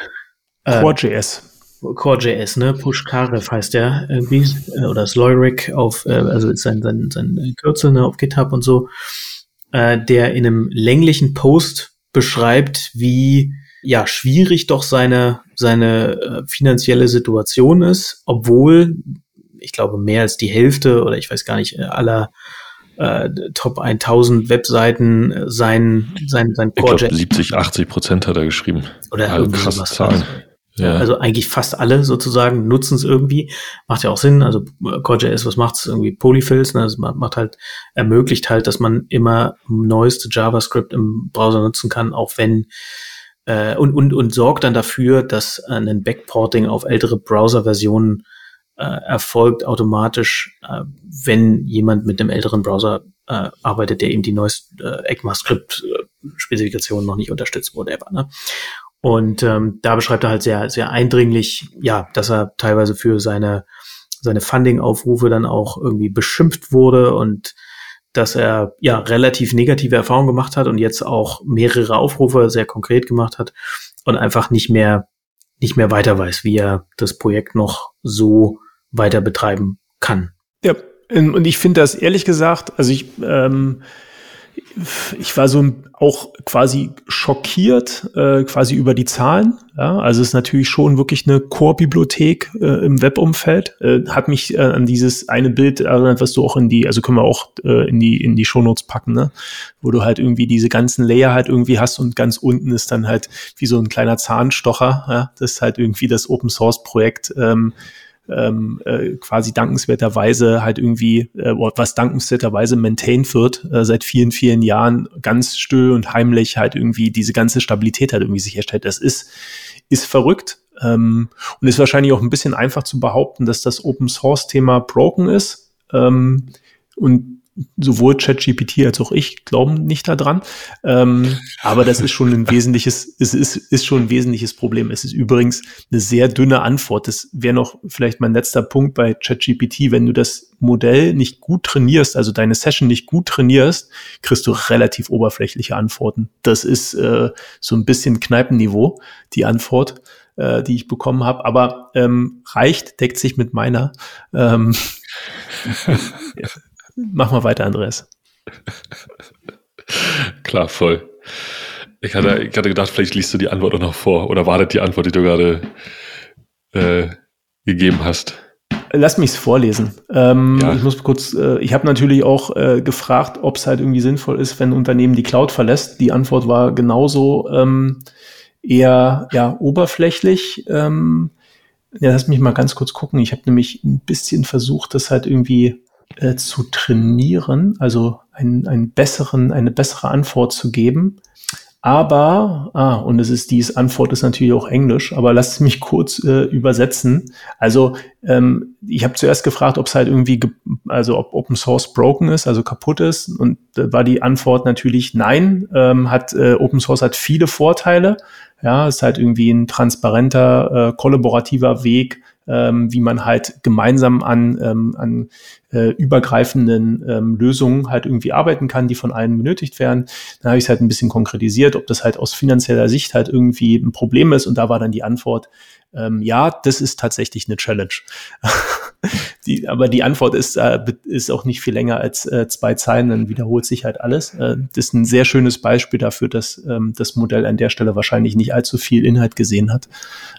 Core.js, ne? Pushkarev heißt der irgendwie, oder Sloyric also ist sein Kürzel, ne, auf GitHub und so, der in einem länglichen Post beschreibt, wie schwierig doch seine finanzielle Situation ist, obwohl, ich glaube, mehr als die Hälfte oder ich weiß gar nicht, aller Top 1000 Webseiten sein Core.js. Ich glaube, 70-80% hat er geschrieben. Oder also krasse Zahlen. Ja. Also eigentlich fast alle sozusagen nutzen es irgendwie. Macht ja auch Sinn. Also Core.js, was macht's? Irgendwie Polyfills, ne? Das ermöglicht halt, dass man immer neueste JavaScript im Browser nutzen kann, auch wenn und sorgt dann dafür, dass ein Backporting auf ältere Browser-Versionen erfolgt automatisch, wenn jemand mit einem älteren Browser arbeitet, der eben die neueste ECMAScript-Spezifikation noch nicht unterstützt, whatever, ne? Und da beschreibt er halt sehr, sehr eindringlich, ja, dass er teilweise für seine Funding-Aufrufe dann auch irgendwie beschimpft wurde und dass er ja relativ negative Erfahrungen gemacht hat und jetzt auch mehrere Aufrufe sehr konkret gemacht hat und einfach nicht mehr weiter weiß, wie er das Projekt noch so weiter betreiben kann. Ja, und ich finde das ehrlich gesagt, also ich war so auch quasi schockiert, quasi über die Zahlen. Ja, also es ist natürlich schon wirklich eine Core-Bibliothek im Web-Umfeld. Hat mich an dieses eine Bild erinnert, was du auch also können wir auch in die Shownotes packen, ne? Wo du halt irgendwie diese ganzen Layer halt irgendwie hast und ganz unten ist dann halt wie so ein kleiner Zahnstocher. Ja? Das ist halt irgendwie das Open-Source-Projekt, quasi dankenswerterweise halt irgendwie, was dankenswerterweise maintained wird, seit vielen, vielen Jahren ganz still und heimlich halt irgendwie diese ganze Stabilität halt irgendwie sicherstellt. Das ist verrückt und ist wahrscheinlich auch ein bisschen einfach zu behaupten, dass das Open-Source-Thema broken ist und sowohl ChatGPT als auch ich glauben nicht daran. Aber das ist schon ein wesentliches Problem. Es ist übrigens eine sehr dünne Antwort. Das wäre noch vielleicht mein letzter Punkt bei ChatGPT. Wenn du das Modell nicht gut trainierst, also deine Session nicht gut trainierst, kriegst du relativ oberflächliche Antworten. Das ist so ein bisschen Kneipenniveau, die Antwort, die ich bekommen habe. Aber deckt sich mit meiner. Ja. Mach mal weiter, Andreas. Klar, voll. Ich hatte gedacht, vielleicht liest du die Antwort auch noch vor oder wartet die Antwort, die du gerade gegeben hast. Lass mich's vorlesen. Ja. Ich muss kurz, ich habe natürlich auch gefragt, ob es halt irgendwie sinnvoll ist, wenn ein Unternehmen die Cloud verlässt. Die Antwort war genauso eher oberflächlich. Lass mich mal ganz kurz gucken. Ich habe nämlich ein bisschen versucht, das halt irgendwie zu trainieren, also eine bessere Antwort zu geben. Aber, und diese Antwort ist natürlich auch Englisch, aber lasst mich kurz übersetzen. Also ich habe zuerst gefragt, ob es halt irgendwie, ob Open Source broken ist, also kaputt ist. Und war die Antwort natürlich nein. Open Source hat viele Vorteile. Ja, ist halt irgendwie ein transparenter, kollaborativer Weg, wie man halt gemeinsam an übergreifenden Lösungen halt irgendwie arbeiten kann, die von allen benötigt werden. Dann habe ich es halt ein bisschen konkretisiert, ob das halt aus finanzieller Sicht halt irgendwie ein Problem ist. Und da war dann die Antwort, ja, das ist tatsächlich eine Challenge. Aber die Antwort ist auch nicht viel länger als 2 Zeilen, dann wiederholt sich halt alles. Das ist ein sehr schönes Beispiel dafür, dass das Modell an der Stelle wahrscheinlich nicht allzu viel Inhalt gesehen hat.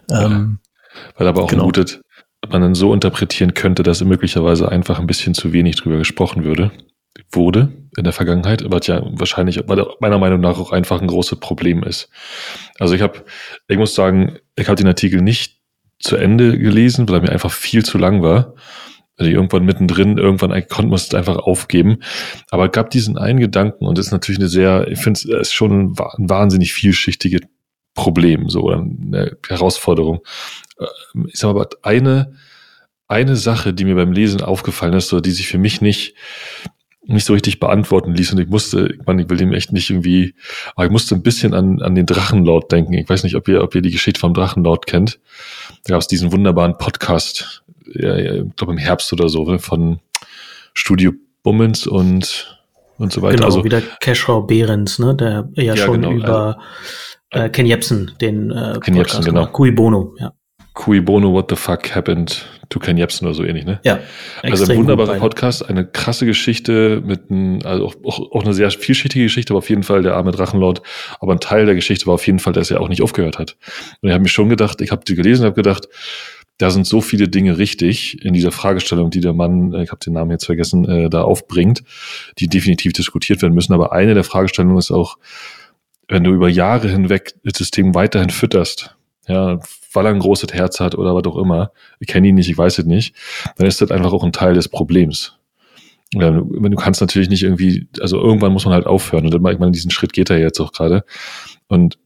Weil aber auch vermutet, man dann so interpretieren könnte, dass möglicherweise einfach ein bisschen zu wenig drüber gesprochen wurde in der Vergangenheit, was ja wahrscheinlich meiner Meinung nach auch einfach ein großes Problem ist. Also ich muss sagen, ich habe den Artikel nicht zu Ende gelesen, weil er mir einfach viel zu lang war. Also irgendwann konnte man es einfach aufgeben. Aber es gab diesen einen Gedanken und das ist natürlich ich finde es ist schon ein wahnsinnig vielschichtiges Problem, so, oder eine Herausforderung. Ich sag mal, eine Sache, die mir beim Lesen aufgefallen ist, so, die sich für mich nicht so richtig beantworten ließ, und ich will dem echt nicht irgendwie, aber ich musste ein bisschen an den Drachenlord denken. Ich weiß nicht, ob ihr die Geschichte vom Drachenlord kennt. Da gab es diesen wunderbaren Podcast, ich glaube im Herbst oder so, von Studio Bummens und so weiter. Genau, also wieder Keschrau Behrens, ne, der schon über Ken Jebsen, den Ken Jebsen, genau. Cui Bono, ja. Cui Bono, what the fuck happened to Ken Jebsen oder so ähnlich, ne? Ja. Also ein wunderbarer Podcast, eine krasse Geschichte also auch eine sehr vielschichtige Geschichte, aber auf jeden Fall der arme Drachenlord. Aber ein Teil der Geschichte war auf jeden Fall, dass er auch nicht aufgehört hat. Und ich habe mir schon gedacht, ich habe die gelesen und habe gedacht, da sind so viele Dinge richtig in dieser Fragestellung, die der Mann, ich habe den Namen jetzt vergessen, da aufbringt, die definitiv diskutiert werden müssen. Aber eine der Fragestellungen ist auch, wenn du über Jahre hinweg das System weiterhin fütterst, ja, weil er ein großes Herz hat oder was auch immer, ich kenne ihn nicht, ich weiß es nicht, dann ist das einfach auch ein Teil des Problems. Du kannst natürlich nicht irgendwie, also irgendwann muss man halt aufhören, und ich meine, diesen Schritt geht er jetzt auch gerade. Und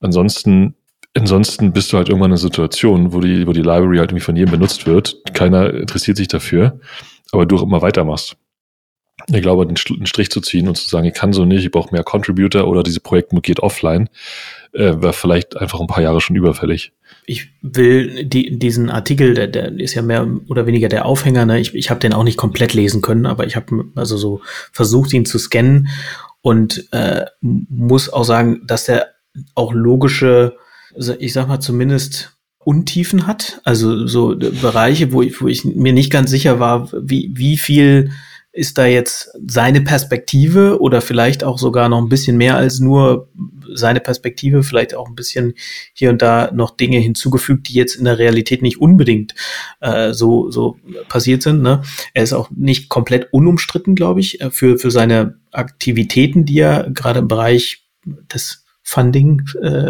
Ansonsten bist du halt irgendwann in einer Situation, wo die Library halt irgendwie von jedem benutzt wird. Keiner interessiert sich dafür, aber du auch immer weitermachst. Ich glaube, einen Strich zu ziehen und zu sagen, ich kann so nicht, ich brauche mehr Contributor oder diese Projekt geht offline, wäre vielleicht einfach ein paar Jahre schon überfällig. Ich will diesen Artikel, der ist ja mehr oder weniger der Aufhänger, ne? Ich habe den auch nicht komplett lesen können, aber ich habe also so versucht, ihn zu scannen und muss auch sagen, dass der auch logische, ich sag mal zumindest Untiefen hat, also so Bereiche, wo ich mir nicht ganz sicher war, wie viel ist da jetzt seine Perspektive oder vielleicht auch sogar noch ein bisschen mehr als nur seine Perspektive, vielleicht auch ein bisschen hier und da noch Dinge hinzugefügt, die jetzt in der Realität nicht unbedingt so passiert sind. Ne? Er ist auch nicht komplett unumstritten, glaube ich, für seine Aktivitäten, die er gerade im Bereich des Funding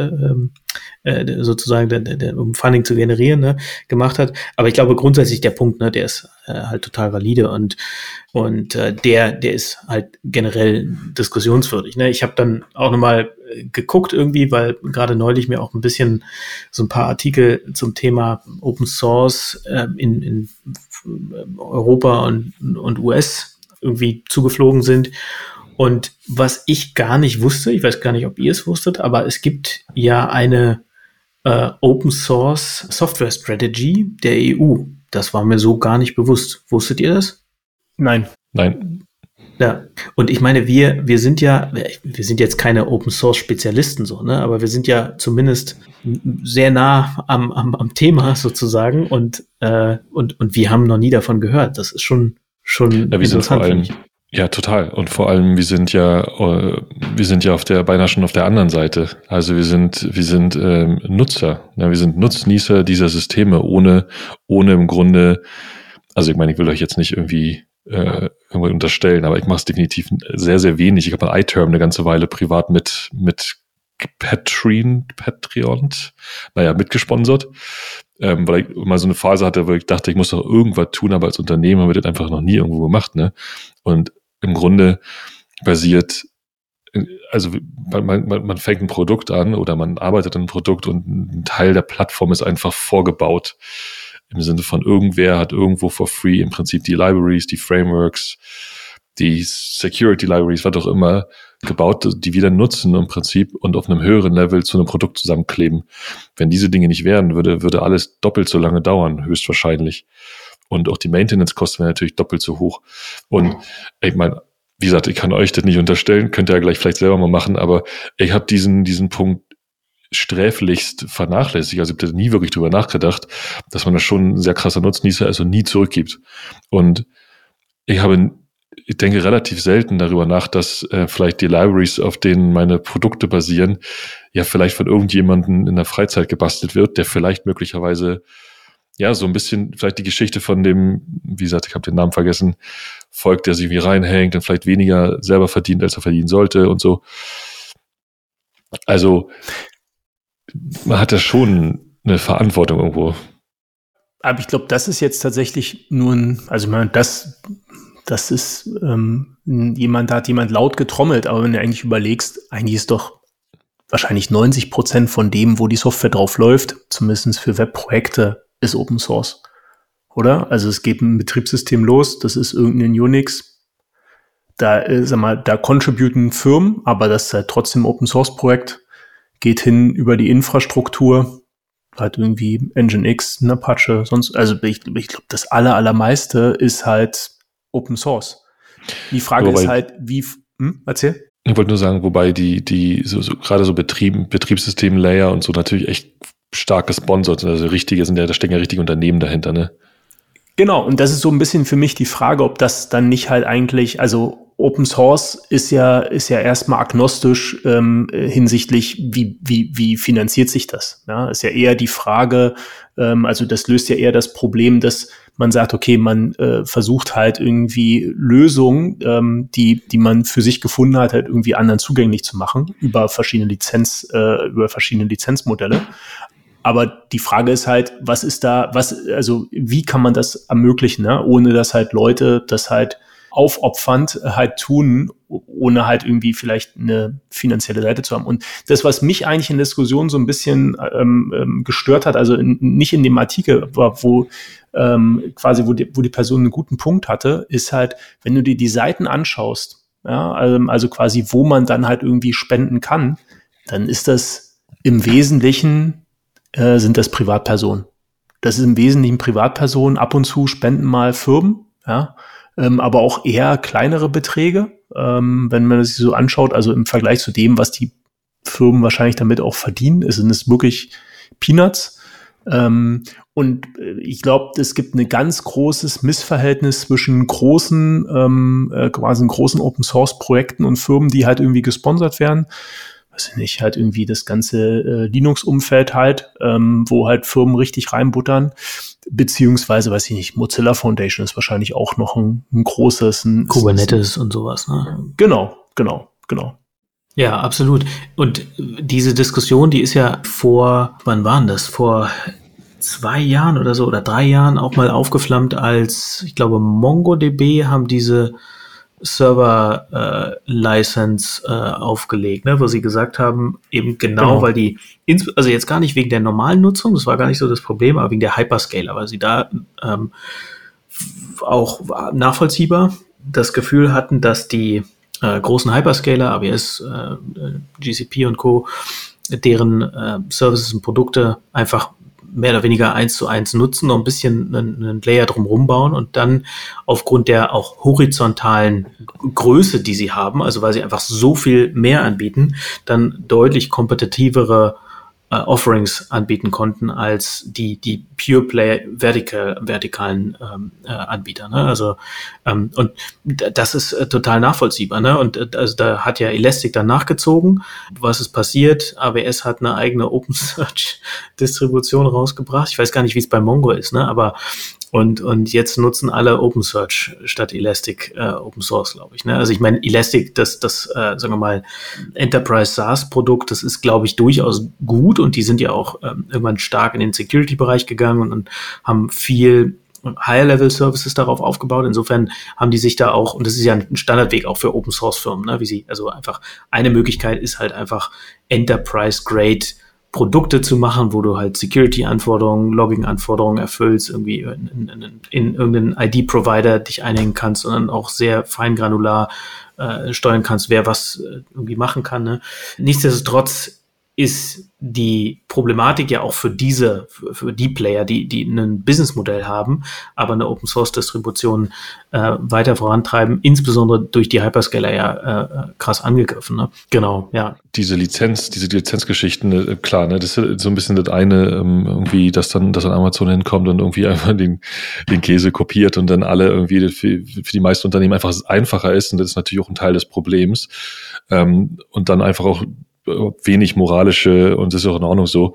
sozusagen, um Funding zu generieren, ne, gemacht hat. Aber ich glaube grundsätzlich der Punkt, ne, der ist halt total valide und der ist halt generell diskussionswürdig. Ne. Ich habe dann auch nochmal geguckt irgendwie, weil gerade neulich mir auch ein bisschen so ein paar Artikel zum Thema Open Source in Europa und US irgendwie zugeflogen sind. Und was ich gar nicht wusste, ich weiß gar nicht, ob ihr es wusstet, aber es gibt ja eine Open Source Software Strategy der EU. Das war mir so gar nicht bewusst. Wusstet ihr das? Nein. Ja, und ich meine, wir sind jetzt keine Open Source Spezialisten so, ne? Aber wir sind ja zumindest sehr nah am Thema sozusagen und wir haben noch nie davon gehört. Das ist schon ja, wir sind vor allem, ja, total. Und vor allem, wir sind ja beinahe schon auf der anderen Seite. Also wir sind Nutzer. Ja, wir sind Nutznießer dieser Systeme ohne im Grunde, also ich meine, ich will euch jetzt nicht irgendwie unterstellen, aber ich mache es definitiv sehr, sehr wenig. Ich habe ein iTerm eine ganze Weile privat mit Patreon, mitgesponsert, weil ich mal so eine Phase hatte, wo ich dachte, ich muss doch irgendwas tun, aber als Unternehmen haben wir das einfach noch nie irgendwo gemacht, ne? Und im Grunde basiert, also man fängt ein Produkt an oder man arbeitet an einem Produkt und ein Teil der Plattform ist einfach vorgebaut. Im Sinne von irgendwer hat irgendwo for free im Prinzip die Libraries, die Frameworks, die Security Libraries, was auch immer, gebaut, die wir dann nutzen im Prinzip und auf einem höheren Level zu einem Produkt zusammenkleben. Wenn diese Dinge nicht wären, würde alles doppelt so lange dauern, höchstwahrscheinlich. Und auch die Maintenance-Kosten wären natürlich doppelt so hoch. Und ich meine, wie gesagt, ich kann euch das nicht unterstellen, könnt ihr ja gleich vielleicht selber mal machen, aber ich habe diesen Punkt sträflichst vernachlässigt. Also ich habe da nie wirklich drüber nachgedacht, dass man das schon ein sehr krasser Nutznießer ist und nie zurückgibt. Und ich denke relativ selten darüber nach, dass vielleicht die Libraries, auf denen meine Produkte basieren, ja vielleicht von irgendjemandem in der Freizeit gebastelt wird, der vielleicht möglicherweise ja so ein bisschen vielleicht die Geschichte von dem, wie gesagt, ich habe den Namen vergessen, Volk, der sich wie reinhängt und vielleicht weniger selber verdient, als er verdienen sollte und so. Also man hat ja schon eine Verantwortung irgendwo. Aber ich glaube, das ist jetzt tatsächlich nur also ich meine, das ist, hat jemand laut getrommelt, aber wenn du eigentlich überlegst, eigentlich ist doch wahrscheinlich 90% von dem, wo die Software drauf läuft, zumindest für Webprojekte, ist Open Source. Oder? Also es geht ein Betriebssystem los, das ist irgendein Unix, da contributen Firmen, aber das ist halt trotzdem Open Source Projekt, geht hin über die Infrastruktur, halt irgendwie Nginx, ein Apache, sonst, also ich glaube, das allermeiste ist halt Open Source. Die Frage ist halt, erzähl? Ich wollte nur sagen, wobei die gerade so Betriebssystem-Layer und so natürlich echt stark gesponsert sind, also da stecken ja richtige Unternehmen dahinter, ne? Genau, und das ist so ein bisschen für mich die Frage, ob das dann nicht halt eigentlich, also Open Source ist ja erstmal agnostisch hinsichtlich, wie finanziert sich das? Ja, ist ja eher die Frage, also das löst ja eher das Problem, dass man sagt, okay, man versucht halt irgendwie Lösungen, die man für sich gefunden hat, halt irgendwie anderen zugänglich zu machen über verschiedene Lizenzmodelle. Aber die Frage ist halt, wie kann man das ermöglichen, ne? Ohne dass halt Leute das halt aufopfernd halt tun, ohne halt irgendwie vielleicht eine finanzielle Seite zu haben. Und das, was mich eigentlich in der Diskussion so ein bisschen gestört hat, also nicht in dem Artikel, aber wo die Person einen guten Punkt hatte, ist halt, wenn du dir die Seiten anschaust, ja, also quasi, wo man dann halt irgendwie spenden kann, dann ist das im Wesentlichen, sind das Privatpersonen. Das ist im Wesentlichen Privatpersonen, ab und zu spenden mal Firmen, ja, aber auch eher kleinere Beträge, wenn man sich so anschaut, also im Vergleich zu dem, was die Firmen wahrscheinlich damit auch verdienen, sind es wirklich Peanuts. Und ich glaube, es gibt ein ganz großes Missverhältnis zwischen großen Open-Source-Projekten und Firmen, die halt irgendwie gesponsert werden. Weiß ich nicht, halt irgendwie das ganze Linux-Umfeld halt, wo halt Firmen richtig reinbuttern, beziehungsweise, weiß ich nicht, Mozilla Foundation ist wahrscheinlich auch noch ein großes. Kubernetes und sowas, ne? Genau. Ja, absolut. Und diese Diskussion, die ist ja wann waren das? Vor 2 Jahren oder so oder 3 Jahren auch mal aufgeflammt, als, ich glaube, MongoDB haben diese Server-License aufgelegt, ne, wo sie gesagt haben, eben genau, weil die, also jetzt gar nicht wegen der normalen Nutzung, das war gar nicht so das Problem, aber wegen der Hyperscaler, weil sie da auch nachvollziehbar das Gefühl hatten, dass die großen Hyperscaler, AWS, GCP und Co., deren Services und Produkte einfach mehr oder weniger 1:1 nutzen, noch ein bisschen einen Layer drumherum bauen und dann aufgrund der auch horizontalen Größe, die sie haben, also weil sie einfach so viel mehr anbieten, dann deutlich kompetitivere Offerings anbieten konnten als die Pure Play vertikalen Anbieter, ne? Also und das ist total nachvollziehbar, ne? Und also da hat ja Elastic dann nachgezogen. Was ist passiert? AWS hat eine eigene OpenSearch-Distribution rausgebracht. Ich weiß gar nicht, wie es bei Mongo ist, ne? Aber und jetzt nutzen alle OpenSearch statt Elastic Open Source, glaube ich. Ne? Also ich meine, Elastic, das sagen wir mal, Enterprise SaaS-Produkt, das ist, glaube ich, durchaus gut und die sind ja auch irgendwann stark in den Security-Bereich gegangen und haben viel Higher-Level-Services darauf aufgebaut. Insofern haben die sich da auch, und das ist ja ein Standardweg auch für Open-Source-Firmen, ne? Also einfach eine Möglichkeit ist halt einfach Enterprise-Grade Produkte zu machen, wo du halt Security-Anforderungen, Logging-Anforderungen erfüllst, irgendwie in irgendeinen ID-Provider dich einhängen kannst und dann auch sehr feingranular steuern kannst, wer was irgendwie machen kann. Ne? Nichtsdestotrotz ist die Problematik ja auch für die Player, die ein Businessmodell haben, aber eine Open-Source-Distribution weiter vorantreiben, insbesondere durch die Hyperscaler ja krass angegriffen. Ne? Genau, ja. Diese Lizenzgeschichten, klar, ne, das ist so ein bisschen das eine, irgendwie, dass dann Amazon hinkommt und irgendwie einfach den Käse kopiert und dann alle irgendwie für die meisten Unternehmen einfach einfacher ist und das ist natürlich auch ein Teil des Problems und dann einfach auch wenig moralische, und das ist auch in Ordnung so,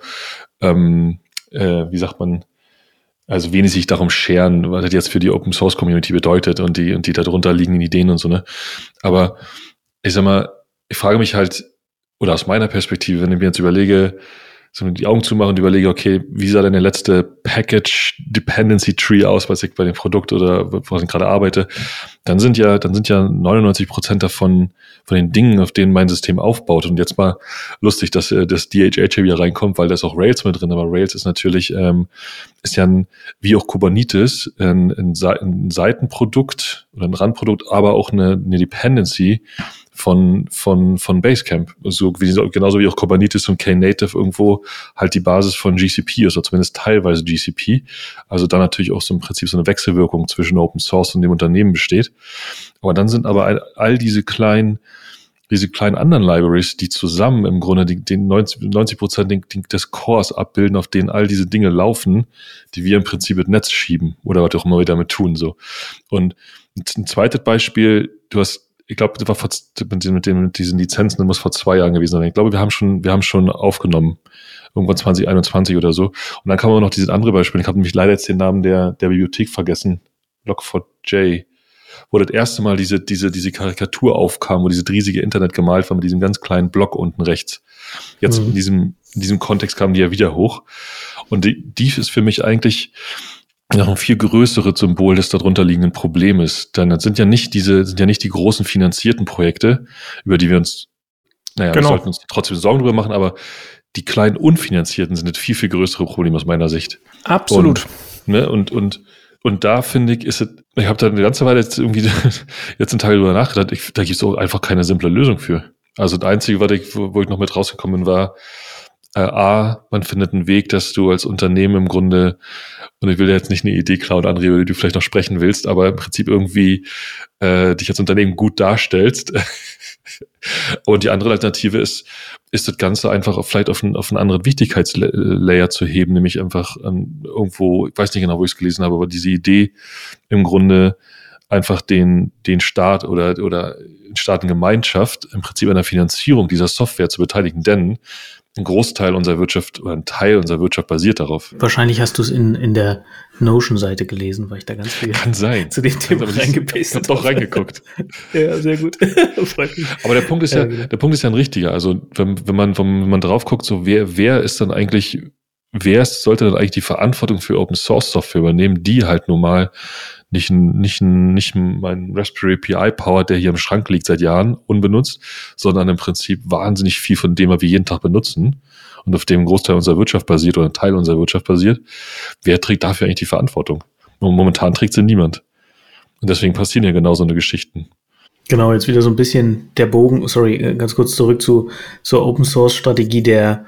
wie sagt man, also wenig sich darum scheren, was das jetzt für die Open Source Community bedeutet und die darunter liegenden Ideen und so, ne. Aber ich sag mal, ich frage mich halt, oder aus meiner Perspektive, wenn ich mir jetzt überlege, so die Augen zumache und überlege, okay, wie sah denn der letzte Package Dependency Tree aus, was ich bei dem Produkt oder was ich gerade arbeite, dann sind ja 99% davon, von den Dingen, auf denen mein System aufbaut. Und jetzt mal lustig, dass das DHH wieder reinkommt, weil da ist auch Rails mit drin, aber Rails ist natürlich, ist ja wie auch Kubernetes, ein Seitenprodukt oder ein Randprodukt, aber auch eine Dependency von Basecamp. So genauso wie auch Kubernetes und Knative irgendwo halt die Basis von GCP ist, oder zumindest teilweise GCP. Also da natürlich auch so im Prinzip so eine Wechselwirkung zwischen Open Source und dem Unternehmen besteht. Aber dann sind aber all diese kleinen anderen Libraries, die zusammen im Grunde den 90% des Cores abbilden, auf denen all diese Dinge laufen, die wir im Prinzip ins Netz schieben oder was auch immer wir damit tun, so. Und ein zweites Beispiel, ich glaube, das war mit diesen Lizenzen, das muss vor 2 Jahren gewesen sein. Ich glaube, wir haben schon aufgenommen. Irgendwann 2021 oder so. Und dann kam auch noch dieses andere Beispiel. Ich habe nämlich leider jetzt den Namen der Bibliothek vergessen. Log4j. Wo das erste Mal diese Karikatur aufkam, wo dieses riesige Internet gemalt war mit diesem ganz kleinen Block unten rechts. Jetzt in diesem Kontext kamen die ja wieder hoch. Und die ist für mich eigentlich, noch ein viel größeres Symbol des darunter liegenden Problems. Dann sind ja nicht die großen finanzierten Projekte, über die wir uns, wir sollten uns trotzdem Sorgen drüber machen, aber die kleinen unfinanzierten sind das viel, viel größere Problem aus meiner Sicht. Absolut. Und da finde ich, ich habe da eine ganze Weile jetzt irgendwie jetzt einen Tag drüber nachgedacht, da gibt es auch einfach keine simple Lösung für. Also das Einzige, wo ich noch mit rausgekommen bin, war, man findet einen Weg, dass du als Unternehmen im Grunde, und ich will jetzt nicht eine Idee klauen, André, über die du vielleicht noch sprechen willst, aber im Prinzip irgendwie dich als Unternehmen gut darstellst. Und die andere Alternative ist das Ganze einfach vielleicht auf einen anderen Wichtigkeitslayer zu heben, nämlich einfach irgendwo, ich weiß nicht genau, wo ich es gelesen habe, aber diese Idee im Grunde einfach den Staat oder Staatengemeinschaft im Prinzip an der Finanzierung dieser Software zu beteiligen, denn ein Großteil unserer Wirtschaft oder ein Teil unserer Wirtschaft basiert darauf. Wahrscheinlich hast du es in der Notion-Seite gelesen, weil ich da ganz viel zu dem Thema reingepastet habe. Ich habe auch reingeguckt. Ja, sehr gut. Freut mich. Aber der Punkt ist ja ein richtiger. Also wenn man drauf guckt, so wer sollte dann eigentlich die Verantwortung für Open Source Software übernehmen, die halt normal nicht mein Raspberry Pi Power, der hier im Schrank liegt seit Jahren, unbenutzt, sondern im Prinzip wahnsinnig viel von dem, was wir jeden Tag benutzen und auf dem ein Großteil unserer Wirtschaft basiert oder ein Teil unserer Wirtschaft basiert. Wer trägt dafür eigentlich die Verantwortung? Und momentan trägt sie niemand. Und deswegen passieren ja genau so eine Geschichten. Genau, jetzt wieder so ein bisschen der Bogen, ganz kurz zurück zur Open Source Strategie der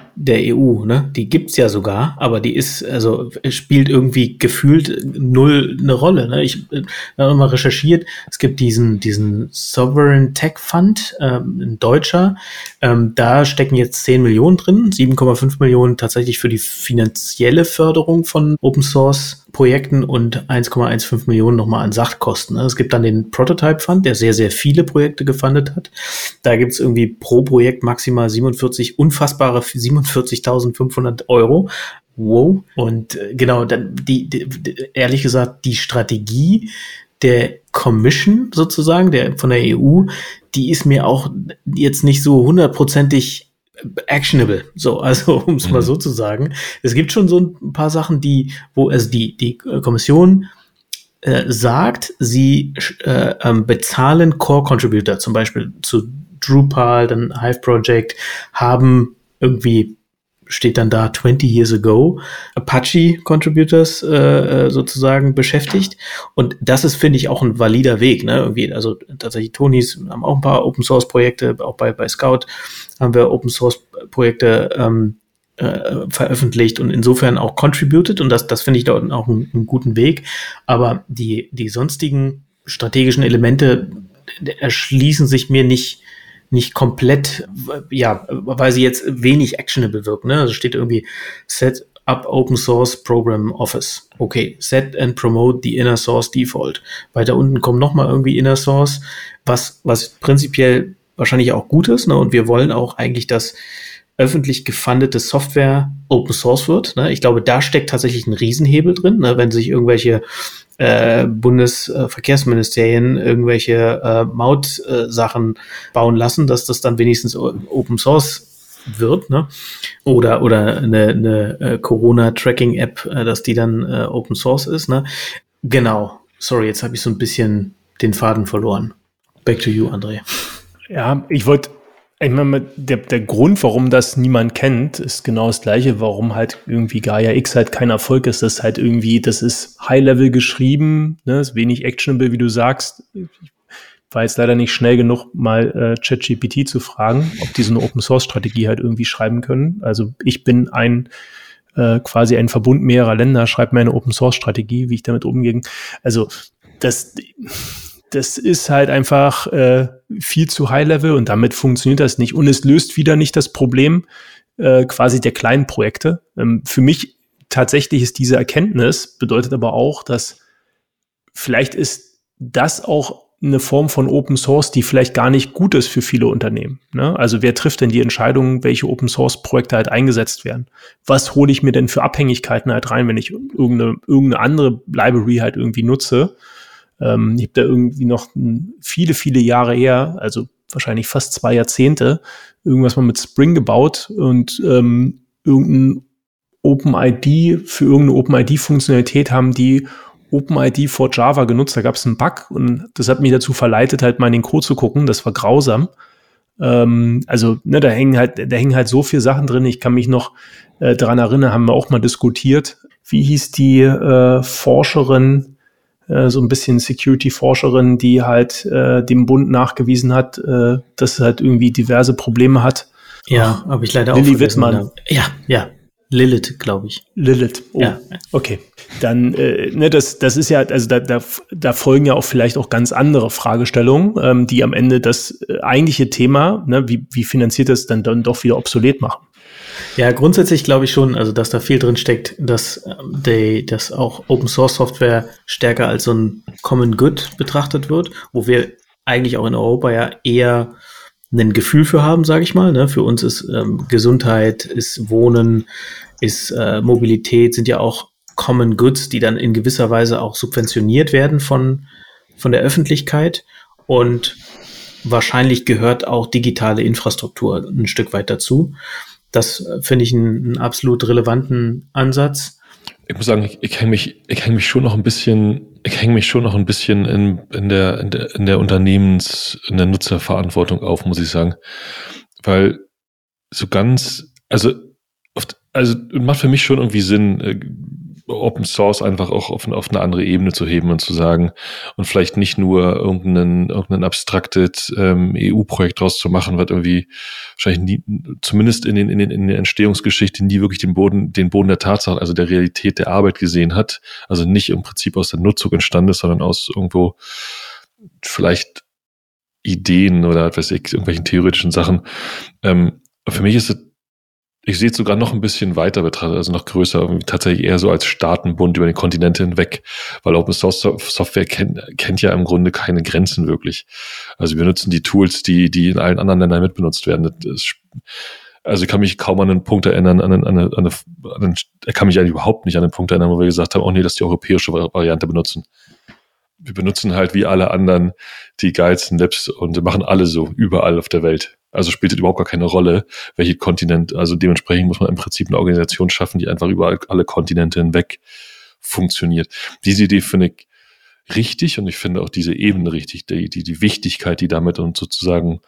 EU, ne? Die gibt's ja sogar, aber die spielt irgendwie gefühlt null eine Rolle, ne? Ich habe mal recherchiert, es gibt diesen Sovereign Tech Fund, ein deutscher, da stecken jetzt 10 Millionen drin, 7,5 Millionen tatsächlich für die finanzielle Förderung von Open Source Projekten und 1,15 Millionen nochmal an Sachkosten. Es gibt dann den Prototype Fund, der sehr, sehr viele Projekte gefundet hat. Da gibt's irgendwie pro Projekt maximal unfassbare 47.500 Euro. Wow. Und genau, dann ehrlich gesagt, die Strategie der Commission sozusagen, von der EU, die ist mir auch jetzt nicht so hundertprozentig actionable, um es mal so zu sagen. Es gibt schon so ein paar Sachen, die Kommission sagt, sie bezahlen Core Contributor, zum Beispiel zu Drupal, dann Hive Project, haben irgendwie, steht dann da 20 years ago, Apache Contributors sozusagen beschäftigt. Und das ist, finde ich, auch ein valider Weg, ne? Irgendwie, also tatsächlich Tonys haben auch ein paar Open Source Projekte, auch bei Scout haben wir Open Source Projekte veröffentlicht und insofern auch contributed, und das finde ich da auch einen guten Weg. Aber die sonstigen strategischen Elemente erschließen sich mir nicht komplett, weil sie jetzt wenig actionable wirken, ne? Also steht irgendwie Set up Open Source Program Office. Okay, set and promote the inner source default. Weiter unten kommt nochmal irgendwie inner source, was prinzipiell wahrscheinlich auch gut ist, ne? Und wir wollen auch eigentlich, dass öffentlich gefundete Software Open Source wird, ne? Ich glaube, da steckt tatsächlich ein Riesenhebel drin, ne? Wenn sich irgendwelche Bundesverkehrsministerien irgendwelche Maut-Sachen bauen lassen, dass das dann wenigstens Open Source wird, ne? Oder eine Corona-Tracking-App, dass die dann Open Source ist, ne? Genau. Sorry, jetzt habe ich so ein bisschen den Faden verloren. Back to you, André. Ja, ich meine, der Grund, warum das niemand kennt, ist genau das Gleiche, warum halt irgendwie Gaia X halt kein Erfolg ist. Das ist halt irgendwie, das ist High-Level geschrieben, ne, ist wenig actionable, wie du sagst. Ich war jetzt leider nicht schnell genug, mal ChatGPT zu fragen, ob die so eine Open-Source-Strategie halt irgendwie schreiben können. Also ich bin quasi ein Verbund mehrerer Länder, schreibe mir eine Open-Source-Strategie, wie ich damit umgehe. Also das ist halt einfach viel zu High-Level und damit funktioniert das nicht. Und es löst wieder nicht das Problem quasi der kleinen Projekte. Für mich tatsächlich ist diese Erkenntnis, bedeutet aber auch, dass vielleicht ist das auch eine Form von Open Source, die vielleicht gar nicht gut ist für viele Unternehmen, ne? Also wer trifft denn die Entscheidung, welche Open Source Projekte halt eingesetzt werden? Was hole ich mir denn für Abhängigkeiten halt rein, wenn ich irgendeine andere Library halt irgendwie nutze? Ich habe da irgendwie noch viele, viele Jahre her, also wahrscheinlich fast 2 Jahrzehnte, irgendwas mal mit Spring gebaut und irgendein OpenID, für irgendeine OpenID-Funktionalität haben die OpenID for Java genutzt. Da gab es einen Bug und das hat mich dazu verleitet, halt mal in den Code zu gucken. Das war grausam. Also, da hängen halt so viele Sachen drin. Ich kann mich noch daran erinnern, haben wir auch mal diskutiert. Wie hieß die Forscherin, so ein bisschen Security-Forscherin, die halt dem Bund nachgewiesen hat, dass es halt irgendwie diverse Probleme hat. Ja, habe ich leider auch Lilly Wittmann. Ja. Lilith, glaube ich. Lilith, oh, ja. Okay. Dann, das ist ja, also da folgen ja auch vielleicht auch ganz andere Fragestellungen, die am Ende das eigentliche Thema, wie finanziert das dann doch wieder obsolet machen. Ja, grundsätzlich glaube ich schon, also dass da viel drin steckt, dass auch Open Source Software stärker als so ein Common Good betrachtet wird, wo wir eigentlich auch in Europa ja eher ein Gefühl für haben, sage ich mal. Ne? Für uns ist Gesundheit, ist Wohnen, ist Mobilität, sind ja auch Common Goods, die dann in gewisser Weise auch subventioniert werden von der Öffentlichkeit. Und wahrscheinlich gehört auch digitale Infrastruktur ein Stück weit dazu. Das finde ich einen absolut relevanten Ansatz. Ich muss sagen, ich hänge mich schon noch ein bisschen in der in der Nutzerverantwortung auf, muss ich sagen. Weil so ganz, also macht für mich schon irgendwie Sinn, Open Source einfach auch auf eine andere Ebene zu heben und zu sagen und vielleicht nicht nur irgendein abstraktes EU-Projekt draus zu machen, was irgendwie wahrscheinlich nie, zumindest in der Entstehungsgeschichte nie wirklich den Boden der Tatsachen, also der Realität der Arbeit gesehen hat. Also nicht im Prinzip aus der Nutzung entstanden ist, sondern aus irgendwo vielleicht Ideen oder irgendwelchen theoretischen Sachen. Für mich ist es, ich sehe es sogar noch ein bisschen weiter betrachtet, also noch größer, tatsächlich eher so als Staatenbund über den Kontinent hinweg, weil Open Source Software kennt ja im Grunde keine Grenzen wirklich. Also wir nutzen die Tools, die in allen anderen Ländern mitbenutzt werden. Also ich kann mich kaum an einen Punkt erinnern, ich kann mich eigentlich überhaupt nicht an den Punkt erinnern, wo wir gesagt haben, oh nee, das ist die europäische Variante benutzen. Wir benutzen halt wie alle anderen die geilsten Labs und machen alle so, überall auf der Welt. Also spielt es überhaupt gar keine Rolle, welche Kontinent, also dementsprechend muss man im Prinzip eine Organisation schaffen, die einfach über alle Kontinente hinweg funktioniert. Diese Idee finde ich richtig und ich finde auch diese Ebene richtig, die Wichtigkeit, die damit und sozusagen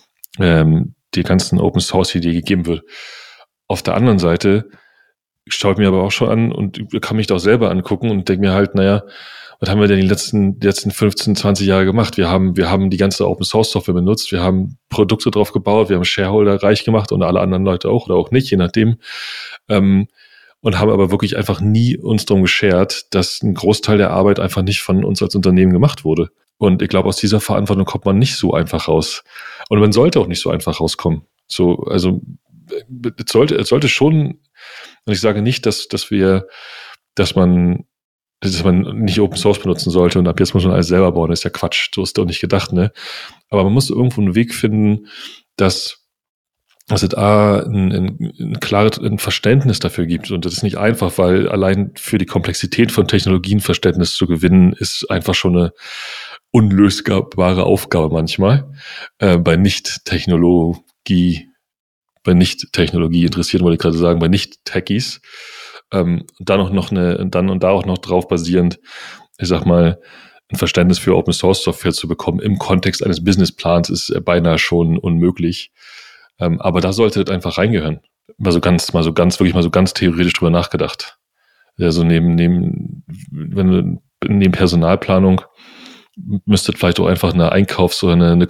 die ganzen Open Source Idee gegeben wird. Auf der anderen Seite schaue ich mir aber auch schon an und kann mich doch selber angucken und denke mir halt, naja, was haben wir denn die letzten 15, 20 Jahre gemacht? Wir haben die ganze Open Source Software benutzt, wir haben Produkte drauf gebaut, wir haben Shareholder reich gemacht und alle anderen Leute auch oder auch nicht, je nachdem. Und haben aber wirklich einfach nie uns darum geschert, dass ein Großteil der Arbeit einfach nicht von uns als Unternehmen gemacht wurde. Und ich glaube, aus dieser Verantwortung kommt man nicht so einfach raus. Und man sollte auch nicht so einfach rauskommen. So, also es sollte schon, und ich sage nicht, dass man nicht Open Source benutzen sollte und ab jetzt muss man alles selber bauen. Das ist ja Quatsch. So ist doch nicht gedacht, ne? Aber man muss irgendwo einen Weg finden, dass es ein klares Verständnis dafür gibt. Und das ist nicht einfach, weil allein für die Komplexität von Technologien Verständnis zu gewinnen, ist einfach schon eine unlösbare Aufgabe manchmal. Bei Nicht-Technologie interessiert, wollte ich gerade sagen, bei Nicht-Techies. Da auch noch drauf basierend, ich sag mal, ein Verständnis für Open Source Software zu bekommen im Kontext eines Businessplans ist beinahe schon unmöglich. Aber da sollte es einfach reingehören. Mal so ganz theoretisch drüber nachgedacht. Also neben Personalplanung müsste vielleicht auch einfach eine Einkaufs- oder eine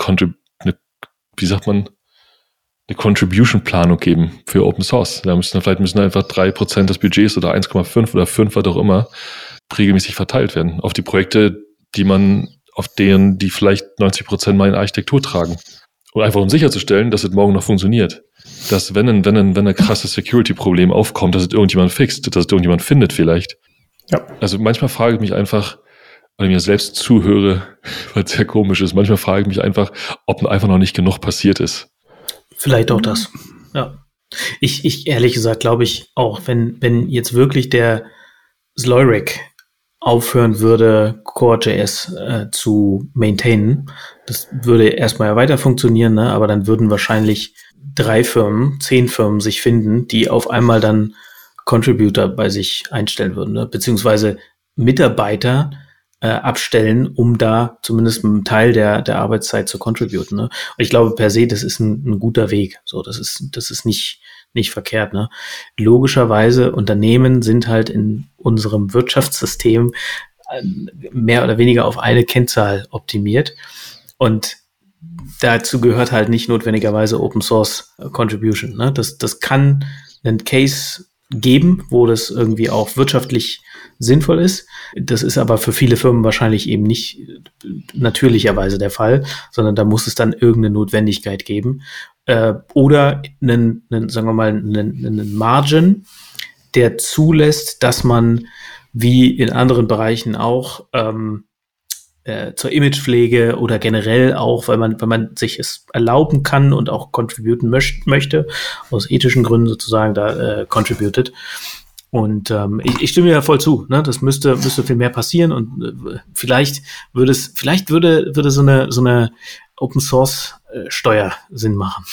Contribution-Planung geben für Open Source. Da müssen einfach 3% des Budgets oder 1,5 oder 5, was auch immer, regelmäßig verteilt werden auf die Projekte, die vielleicht 90% meine Architektur tragen. Und einfach um sicherzustellen, dass es morgen noch funktioniert. Dass wenn ein krasses Security-Problem aufkommt, dass es irgendjemand fixt, dass es irgendjemand findet vielleicht. Ja. Also manchmal frage ich mich einfach, weil ich mir selbst zuhöre, weil es sehr komisch ist, manchmal frage ich mich einfach, ob einfach noch nicht genug passiert ist. Vielleicht auch das. Ja. Ich ehrlich gesagt glaube ich auch, wenn jetzt wirklich der Slurek aufhören würde, Core.js zu maintainen, das würde erstmal ja weiter funktionieren, ne? Aber dann würden wahrscheinlich 3 Firmen, 10 Firmen sich finden, die auf einmal dann Contributor bei sich einstellen würden, ne? Beziehungsweise Mitarbeiter abstellen, um da zumindest einen Teil der Arbeitszeit zu contributen. Ne? Und ich glaube per se, das ist ein guter Weg. So, das ist nicht verkehrt. Ne? Logischerweise, Unternehmen sind halt in unserem Wirtschaftssystem mehr oder weniger auf eine Kennzahl optimiert. Und dazu gehört halt nicht notwendigerweise Open Source Contribution. Ne? Das kann einen Case geben, wo das irgendwie auch wirtschaftlich sinnvoll ist. Das ist aber für viele Firmen wahrscheinlich eben nicht natürlicherweise der Fall, sondern da muss es dann irgendeine Notwendigkeit geben. Oder sagen wir mal, einen Margin, der zulässt, dass man wie in anderen Bereichen auch zur Imagepflege oder generell auch, weil man sich es erlauben kann und auch contributen möchte, aus ethischen Gründen sozusagen da contributed. Und ich stimme ja voll zu, ne? Das müsste viel mehr passieren und vielleicht würde so eine Open Source Steuer Sinn machen.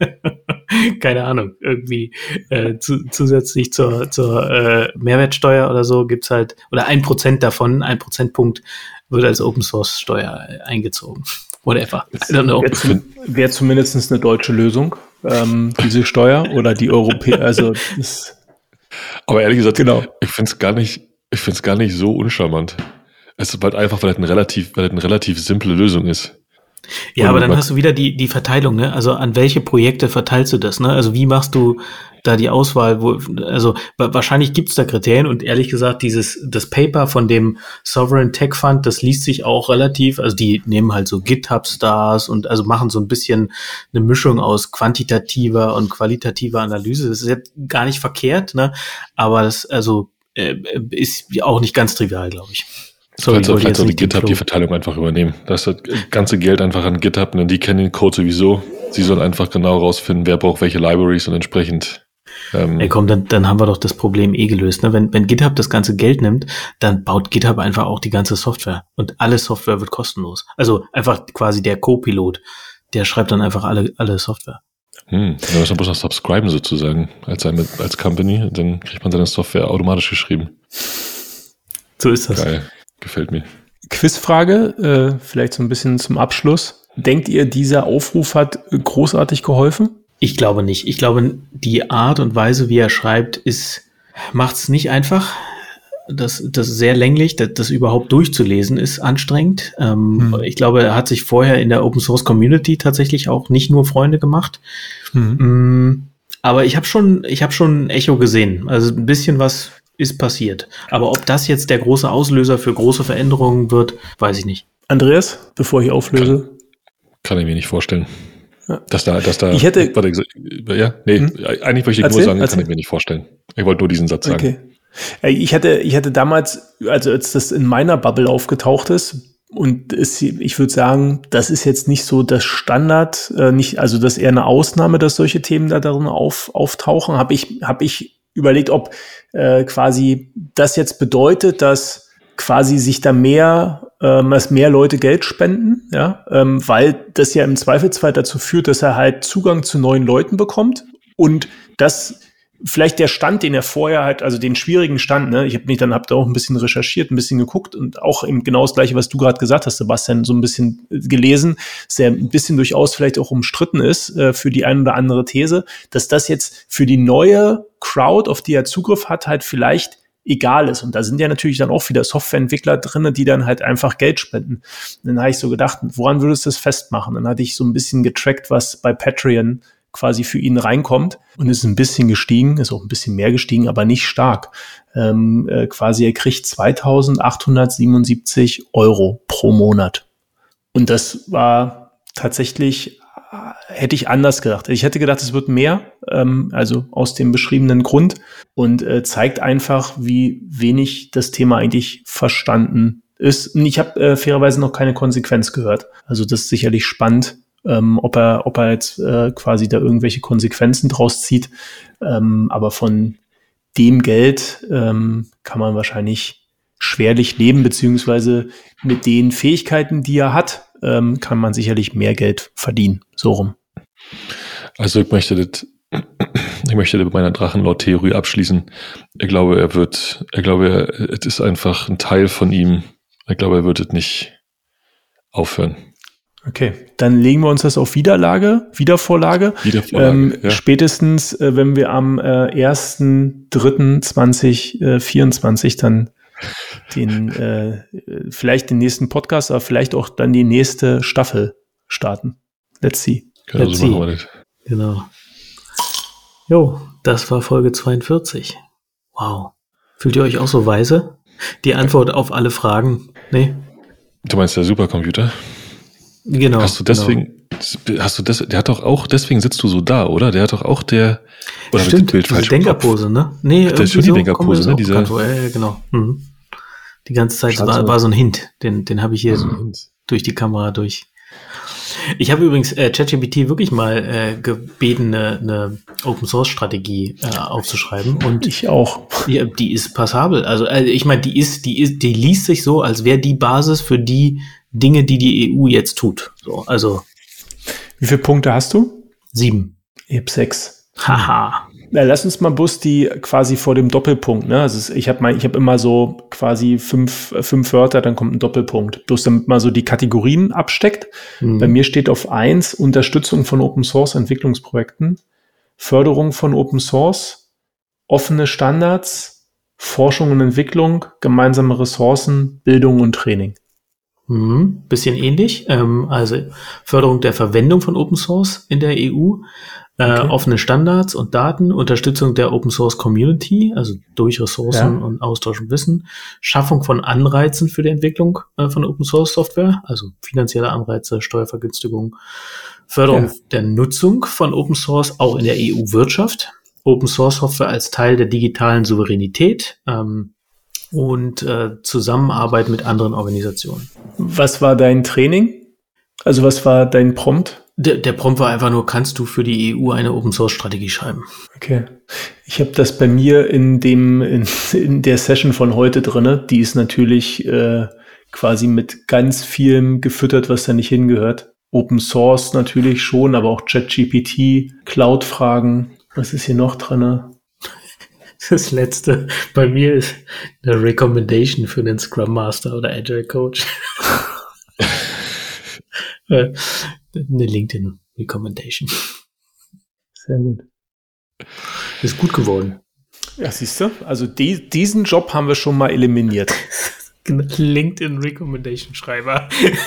Keine Ahnung, irgendwie zusätzlich zur Mehrwertsteuer oder so gibt's halt, oder 1% davon, 1 Prozentpunkt wird als Open Source Steuer eingezogen. Whatever. I don't know. Wäre zumindest eine deutsche Lösung, diese Steuer oder die europäische, also das. Aber ehrlich gesagt, genau. Ich finde es gar nicht so uncharmant. Es ist halt einfach, weil es eine relativ simple Lösung ist. Ja, aber dann hast du wieder die Verteilung, ne? Also an welche Projekte verteilst du das, ne? Also wie machst du da die Auswahl? Also wahrscheinlich gibt's da Kriterien und ehrlich gesagt, das Paper von dem Sovereign Tech Fund, das liest sich auch relativ, also die nehmen halt so GitHub-Stars und also machen so ein bisschen eine Mischung aus quantitativer und qualitativer Analyse. Das ist jetzt gar nicht verkehrt, ne? Aber das ist auch nicht ganz trivial, glaube ich. Sorry, vielleicht sollte GitHub die Verteilung einfach übernehmen. Das ganze Geld einfach an GitHub, denn die kennen den Code sowieso. Sie sollen einfach genau rausfinden, wer braucht welche Libraries und entsprechend. Ey, komm, dann haben wir doch das Problem gelöst. Ne? Wenn GitHub das ganze Geld nimmt, dann baut GitHub einfach auch die ganze Software. Und alle Software wird kostenlos. Also einfach quasi der Co-Pilot, der schreibt dann einfach alle Software. Dann muss man bloß noch subscriben sozusagen als Company. Dann kriegt man seine Software automatisch geschrieben. So ist das. Geil. Gefällt mir. Quizfrage, vielleicht so ein bisschen zum Abschluss. Denkt ihr, dieser Aufruf hat großartig geholfen? Ich glaube nicht. Ich glaube, die Art und Weise, wie er schreibt, macht es nicht einfach. Das ist sehr länglich. Das überhaupt durchzulesen ist anstrengend. Ich glaube, er hat sich vorher in der Open Source Community tatsächlich auch nicht nur Freunde gemacht. Aber ich habe schon ein Echo gesehen. Also ein bisschen was ist passiert. Aber ob das jetzt der große Auslöser für große Veränderungen wird, weiß ich nicht. Andreas, bevor ich auflöse? Kann ich mir nicht vorstellen. Ja. Dass da. Ich hätte. Eigentlich möchte ich nur sagen, kann ich mir nicht vorstellen. Ich wollte nur diesen Satz sagen. Okay. Ich hatte damals, also als das in meiner Bubble aufgetaucht ist, und ich würde sagen, das ist jetzt nicht so das Standard, also das ist eher eine Ausnahme, dass solche Themen da darin auftauchen, habe ich überlegt, ob quasi das jetzt bedeutet, dass quasi sich da dass mehr Leute Geld spenden, ja, weil das ja im Zweifelsfall dazu führt, dass er halt Zugang zu neuen Leuten bekommt und das vielleicht der Stand, den er vorher halt, also den schwierigen Stand, ne, ich habe da auch ein bisschen recherchiert, ein bisschen geguckt und auch eben genau das Gleiche, was du gerade gesagt hast, Sebastian, so ein bisschen gelesen, dass der ein bisschen durchaus vielleicht auch umstritten ist für die eine oder andere These, dass das jetzt für die neue Crowd, auf die er Zugriff hat, halt vielleicht egal ist. Und da sind ja natürlich dann auch wieder Softwareentwickler drin, die dann halt einfach Geld spenden. Und dann habe ich so gedacht, woran würdest du das festmachen? Dann hatte ich so ein bisschen getrackt, was bei Patreon quasi für ihn reinkommt und ist ein bisschen gestiegen, ist auch ein bisschen mehr gestiegen, aber nicht stark. Quasi er kriegt 2.877 € pro Monat. Und das war tatsächlich, hätte ich anders gedacht. Ich hätte gedacht, es wird mehr, also aus dem beschriebenen Grund und zeigt einfach, wie wenig das Thema eigentlich verstanden ist. Und ich habe fairerweise noch keine Konsequenz gehört. Also das ist sicherlich spannend, ob er jetzt quasi da irgendwelche Konsequenzen draus zieht. Aber von dem Geld kann man wahrscheinlich schwerlich leben, beziehungsweise mit den Fähigkeiten, die er hat, kann man sicherlich mehr Geld verdienen. So rum. Also ich möchte das Ich möchte mit meiner Drachenlord-Theorie abschließen. Ich glaube, es ist einfach ein Teil von ihm. Ich glaube, er wird es nicht aufhören. Okay, dann legen wir uns das auf Wiedervorlage. Ja. Spätestens, wenn wir am 1.3.2024 dann vielleicht den nächsten Podcast, aber vielleicht auch dann die nächste Staffel starten. Let's see. Genau, so machen wir das. Genau. Jo, das war Folge 42. Wow. Fühlt ihr euch auch so weise? Die Antwort auf alle Fragen? Nee? Du meinst der Supercomputer? Genau. Der hat doch auch, deswegen sitzt du so da, oder? Der hat doch auch oder stimmt, Bild diese Denkerpose, ne? Nee, das ist schon die Denkerpose, ne? Genau. Mhm. Die ganze Zeit war so ein Hint. Den habe ich hier durch die Kamera durch. Ich habe übrigens ChatGPT wirklich mal gebeten, eine Open-Source-Strategie aufzuschreiben. Und ich auch. Die ist passabel. Also ich meine, die liest sich so, als wäre die Basis für die Dinge, die EU jetzt tut. So, also. Wie viele Punkte hast du? 7. Ich habe 6. Haha. Na, lass uns mal bloß die quasi vor dem Doppelpunkt, ne? Also ich habe immer so quasi fünf Wörter, dann kommt ein Doppelpunkt. Bloß damit man so die Kategorien absteckt. Bei mir steht auf 1 Unterstützung von Open Source Entwicklungsprojekten, Förderung von Open Source, offene Standards, Forschung und Entwicklung, gemeinsame Ressourcen, Bildung und Training. Bisschen ähnlich. Also Förderung der Verwendung von Open Source in der EU. Offene Standards und Daten, Unterstützung der Open Source Community, also durch Ressourcen und Austausch und Wissen, Schaffung von Anreizen für die Entwicklung von Open Source Software, also finanzielle Anreize, Steuervergünstigung, Förderung der Nutzung von Open Source auch in der EU-Wirtschaft, Open Source Software als Teil der digitalen Souveränität und Zusammenarbeit mit anderen Organisationen. Was war dein Training? Also was war dein Prompt? Der Prompt war einfach nur, kannst du für die EU eine Open-Source-Strategie schreiben? Okay. Ich habe das bei mir in der Session von heute drinne. Die ist natürlich quasi mit ganz vielem gefüttert, was da nicht hingehört. Open Source natürlich schon, aber auch ChatGPT, Cloud-Fragen. Was ist hier noch drinne? Das letzte bei mir ist eine Recommendation für den Scrum Master oder Agile Coach. Eine LinkedIn Recommendation. Sehr gut. Ist gut geworden. Ja, siehst du? Also diesen Job haben wir schon mal eliminiert. LinkedIn Recommendation Schreiber.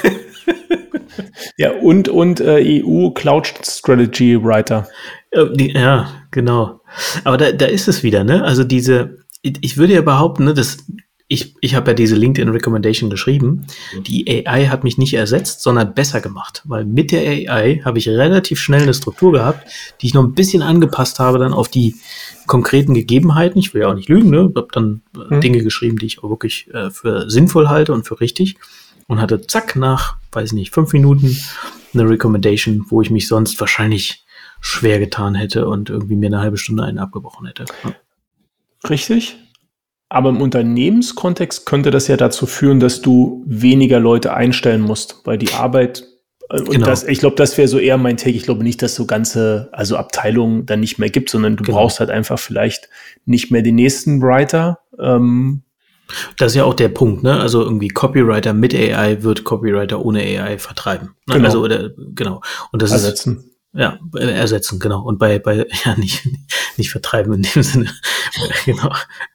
Ja, und EU Cloud Strategy Writer. Ja, genau. Aber da ist es wieder, ne? Also ich würde ja behaupten, ne, ich habe ja diese LinkedIn Recommendation geschrieben. Die AI hat mich nicht ersetzt, sondern besser gemacht. Weil mit der AI habe ich relativ schnell eine Struktur gehabt, die ich noch ein bisschen angepasst habe dann auf die konkreten Gegebenheiten. Ich will ja auch nicht lügen, ne? Ich habe dann Dinge geschrieben, die ich auch wirklich für sinnvoll halte und für richtig. Und hatte zack nach, 5 Minuten eine Recommendation, wo ich mich sonst wahrscheinlich schwer getan hätte und irgendwie mir eine halbe Stunde einen abgebrochen hätte. Ja. Richtig. Aber im Unternehmenskontext könnte das ja dazu führen, dass du weniger Leute einstellen musst, weil die Arbeit, und ich glaube, das wäre so eher mein Take. Ich glaube nicht, dass so ganze, Abteilungen dann nicht mehr gibt, sondern du brauchst halt einfach vielleicht nicht mehr den nächsten Writer. Das ist ja auch der Punkt, ne? Also irgendwie Copywriter mit AI wird Copywriter ohne AI vertreiben. Ne? Genau. Und das ersetzen. Ersetzen, genau. Und bei nicht vertreiben in dem Sinne. Genau.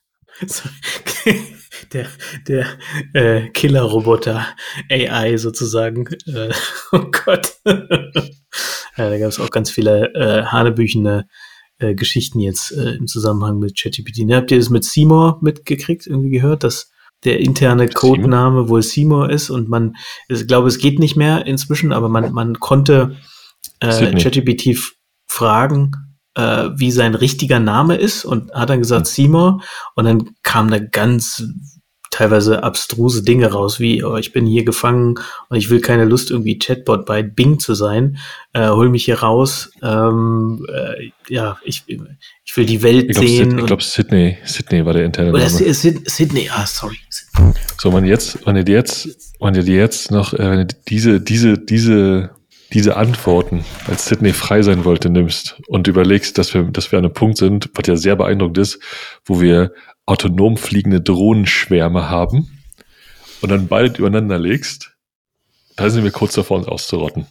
Der Killer-Roboter AI sozusagen. Oh Gott. Da gab es auch ganz viele hanebüchene Geschichten jetzt im Zusammenhang mit ChatGPT. Ne, habt ihr das mit Seymour mitgekriegt, irgendwie gehört, dass der interne Codename wohl Seymour ist und ich glaube, es geht nicht mehr inzwischen, aber man konnte ChatGPT fragen, wie sein richtiger Name ist und hat dann gesagt Seymour und dann kamen da ganz teilweise abstruse Dinge raus, wie ich bin hier gefangen und ich will keine Lust, irgendwie Chatbot bei Bing zu sein, hol mich hier raus, ich will die Welt sehen. Ich glaube Sydney war der interne Name. Sydney, sorry. So, wenn ihr diese diese Antworten, als Sydney frei sein wollte, nimmst und überlegst, dass wir an einem Punkt sind, was ja sehr beeindruckend ist, wo wir autonom fliegende Drohnenschwärme haben und dann beide übereinander legst, da sind wir kurz davor, uns auszurotten.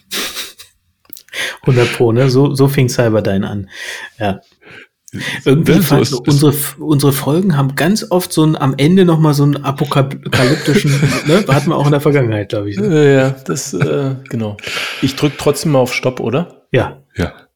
100 Pro, ne? So fing Cyberdyne an. Ja. Irgendwie unsere Folgen haben ganz oft am Ende nochmal so einen apokalyptischen, ne? Hatten wir auch in der Vergangenheit, glaube ich. Ne? Ja, das, genau. Ich drücke trotzdem mal auf Stopp, oder? Ja. Ja.